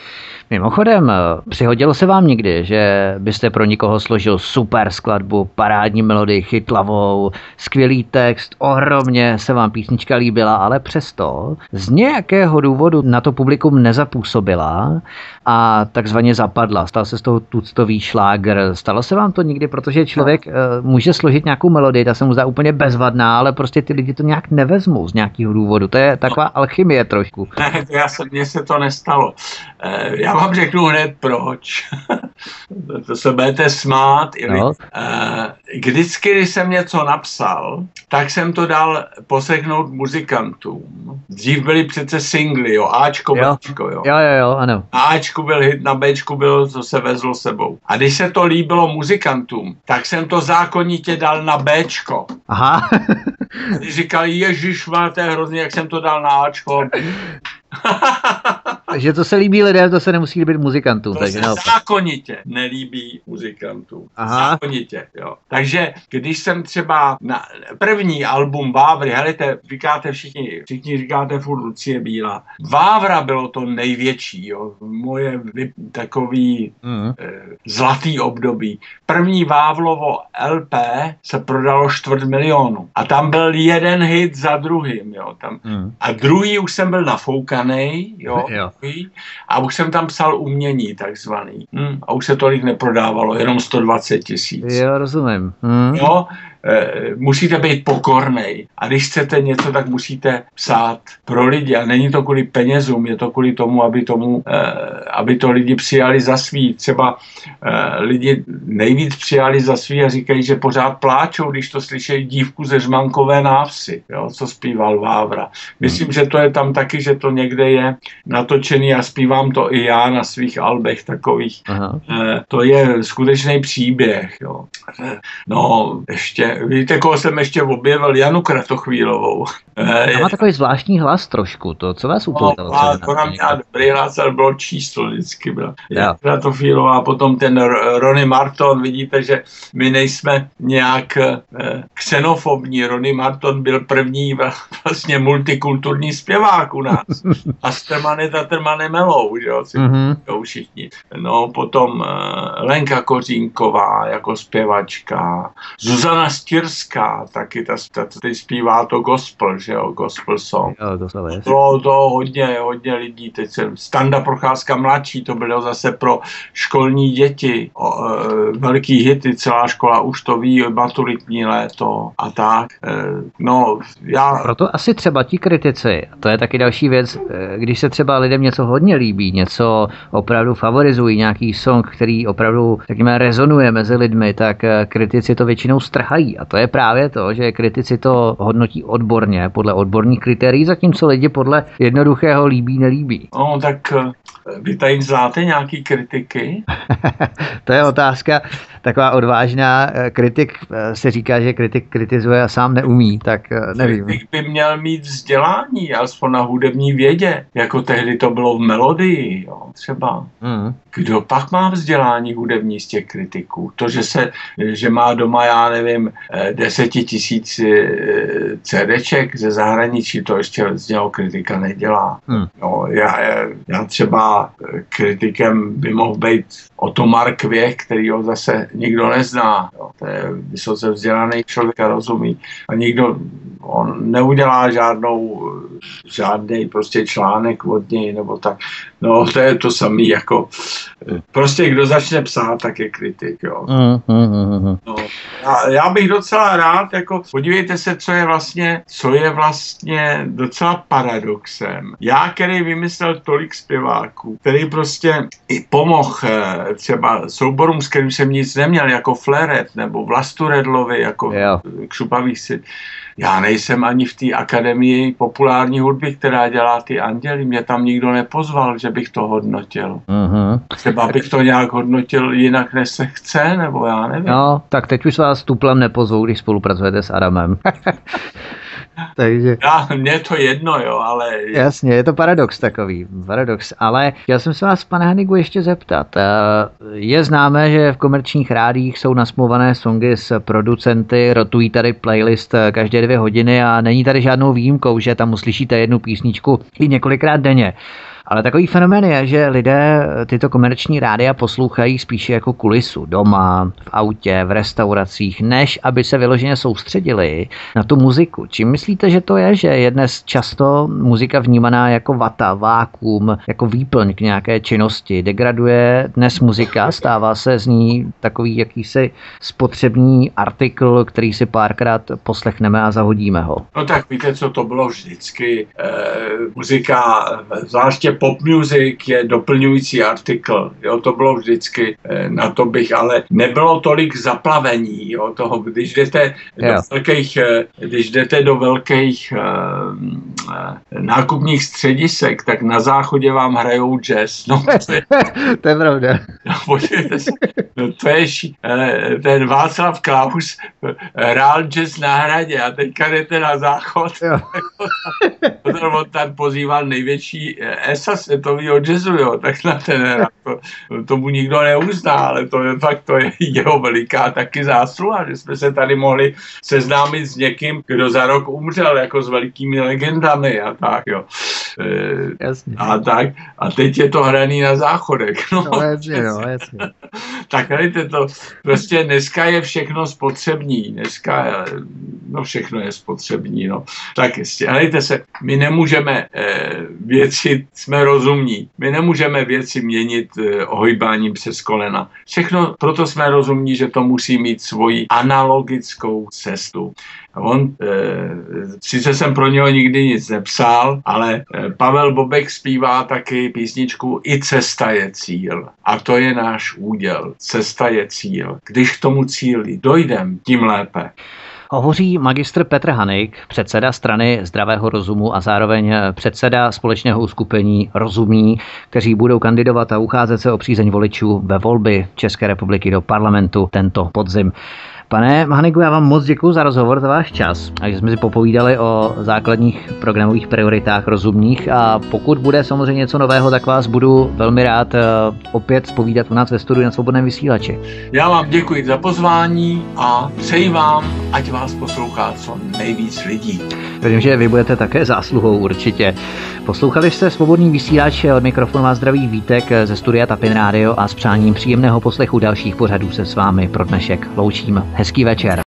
Mimochodem, přihodilo se vám někdy, že byste pro někoho složil super skladbu, parádní melodii, chytlavou, skvělý text, ohromně se vám písnička líbila, ale přesto z nějakého důvodu na to publikum nezapůsobila a takzvaně zapadla. Stal se z toho tuctový šlágr. Stalo se vám to někdy, protože člověk může složit nějakou melodii, ta se mu zdá úplně bezvadná, ale prostě ty lidi to nějak nevezmou z nějakého důvodu. To je taková alchymie trošku. Ne, mně se to nestalo. Já vám řeknu hned proč. To se budete smát. No. Vždycky, když jsem něco napsal, tak jsem to dal poseknout muzikantům. Dřív byly přece singly, jo, Ačko, Bčko, jo. Jo, ano. Na Ačku byl hit, na Bčku byl, co se vezlo sebou. A když se to líbilo muzikantům, tak jsem to zákonitě dal na Bčko. Aha. Když říkali, ježišmar, to je hrozně, jak jsem to dal na Ačko. Takže to se líbí lidem, to se nemusí líbit muzikantům. To takže se zákonitě nelíbí muzikantům. Aha. Zákonitě, jo. Takže když jsem třeba na první album Vávry, helejte, říkáte všichni říkáte furt Lucie Bílá. Vávra bylo to největší, jo. Moje takový zlatý období. První Vávlovo LP se prodalo 250 000. A tam byl jeden hit za druhým, jo. A druhý už jsem byl nafoukanej, jo. A už jsem tam psal umění takzvaný. A už se tolik neprodávalo, jenom 120 000. Jo, rozumím. Jo, musíte být pokornej. A když chcete něco, tak musíte psát pro lidi. A není to kvůli penězům, je to kvůli tomu, aby to lidi přijali za svý. Třeba lidi nejvíc přijali za svý a říkají, že pořád pláčou, když to slyšejí Dívku ze Žmankové návsi, jo, co zpíval Vávra. Myslím, že to je tam taky, že to někde je natočený a zpívám to i já na svých albech takových. To je skutečný příběh. Jo. No, ještě, víte, koho jsem ještě objevil? Janu Kratochvílovou. A má takový zvláštní hlas trošku, to, co vás upoutalo? Ona měla dobrý hlas, ale bylo číslo vždycky. Jana Kratochvílová a potom ten Ronnie Martin, vidíte, že my nejsme nějak xenofobní. Ronnie Martin byl první vlastně multikulturní zpěvák u nás. A Strmany Tatrmany melou, že jo, všichni. No, potom Lenka Kořínková jako zpěvačka, Zuzana Stírská, taky ta zpívá to gospel, že jo, gospel song. Bylo to hodně lidí, teď Standa Procházka mladší, to bylo zase pro školní děti, velký hity, celá škola už to ví, maturitní léto a tak. No, Proto asi třeba ti kritici, to je taky další věc, když se třeba lidem něco hodně líbí, něco opravdu favorizují, nějaký song, který opravdu, řekněme, rezonuje mezi lidmi, tak kritici to většinou strhají. A to je právě to, že kritici to hodnotí odborně, podle odborných kritérií, zatímco lidi podle jednoduchého líbí, nelíbí. No, tak vy tady znáte nějaký kritiky? To je otázka taková odvážná. Kritik se říká, že kritik kritizuje a sám neumí, tak nevím. Kritik by měl mít vzdělání, alespoň na hudební vědě, jako tehdy to bylo v melodii, jo, třeba. Kdo pak má vzdělání hudební z těch kritiků? To, že má doma, já nevím, 10 000 CDček ze zahraničí, to ještě z něho kritika nedělá. No, já třeba kritikem by mohl být Otomar Kvěch, který ho zase nikdo nezná. Jo. To je vysoce vzdělaný člověk a rozumí. A on neudělá žádný prostě článek od něj nebo tak. No, to je to samý, jako prostě kdo začne psát, tak je kritik, jo. No, já bych docela rád, jako podívejte se, co je vlastně docela paradoxem. Já, který vymyslel tolik zpěváků, který prostě i pomohl třeba souborům, s kterým jsem nic neměl, jako Fleret nebo Vlastu Redlovi, jako Křupavých si. Já nejsem ani v té akademii populární hudby, která dělá ty Anděly. Mě tam nikdo nepozval, že bych to hodnotil. Třeba bych to nějak hodnotil jinak, než se chce, nebo já nevím. No, tak teď už vás tuplem nepozvou, když spolupracujete s Adamem. Takže... Mně to jedno, jo, ale... Jasně, je to paradox takový, ale chtěl jsem se vás, pane Hanigu, ještě zeptat. Je známé, že v komerčních rádiích jsou nasmluvané songy s producenty, rotují tady playlist každé 2 hodiny a není tady žádnou výjimkou, že tam uslyšíte jednu písničku i několikrát denně. Ale takový fenomén je, že lidé tyto komerční rádia poslouchají spíše jako kulisu, doma, v autě, v restauracích, než aby se vyloženě soustředili na tu muziku. Čím myslíte, že to je, že je dnes často muzika vnímaná jako vata, vákuum, jako výplň k nějaké činnosti? Degraduje dnes muzika, stává se z ní takový jakýsi spotřební artikl, který si párkrát poslechneme a zahodíme ho. No tak víte, co to bylo vždycky. Muzika, zvláště pop music, je doplňující artikl. Jo, to bylo vždycky, na to bych, ale nebylo tolik zaplavení, jo, toho, když jdete do velkých nákupních středisek, tak na záchodě vám hrajou jazz. No, to je pravda. No, podívejte se, no, to je ten Václav Klaus hrál jazz na Hradě a teďka jdete na záchod. On tam pozýval největší esa světovýho jazzu, jo, tak na ten hrad. Tomu nikdo neuzná, ale to je fakt, to je jeho veliká taky zásluha, že jsme se tady mohli seznámit s někým, kdo za rok umřel, jako s velikými legendami a tak, jo. Jasně. A teď je to hraný na záchodech. No, jasně. Tak hejte to, prostě dneska je všechno spotřební, všechno je spotřební, no. Tak hejte se, my nemůžeme věci, jsme rozumní, my nemůžeme věci měnit ohýbáním přes kolena. Všechno, proto jsme rozumní, že to musí mít svoji analogickou cestu. Sice jsem pro něho nikdy nic nepsal, ale Pavel Bobek zpívá taky písničku I cesta je cíl. A to je náš úděl. Cesta je cíl. Když k tomu cíli dojdem, tím lépe. Hovoří magistr Petr Hanik, předseda strany Zdravého rozumu a zároveň předseda společného uskupení Rozumní, kteří budou kandidovat a ucházet se o přízeň voličů ve volby České republiky do parlamentu tento podzim. Pane Haniku, já vám moc děkuji za rozhovor, za váš čas a že jsme si popovídali o základních programových prioritách Rozumných a pokud bude samozřejmě něco nového, tak vás budu velmi rád opět zpovídat u nás ve studiu na Svobodném vysílači. Já vám děkuji za pozvání a přeji vám, ať vás poslouchá co nejvíc lidí. Věřím, že vy budete také zásluhou určitě. Poslouchali jste Svobodný vysílač, od mikrofonu vás zdraví Vítek ze studia Tapin Radio a s přáním příjemného poslechu dalších pořadů se s vámi pro dnešek loučím. Hezký večer.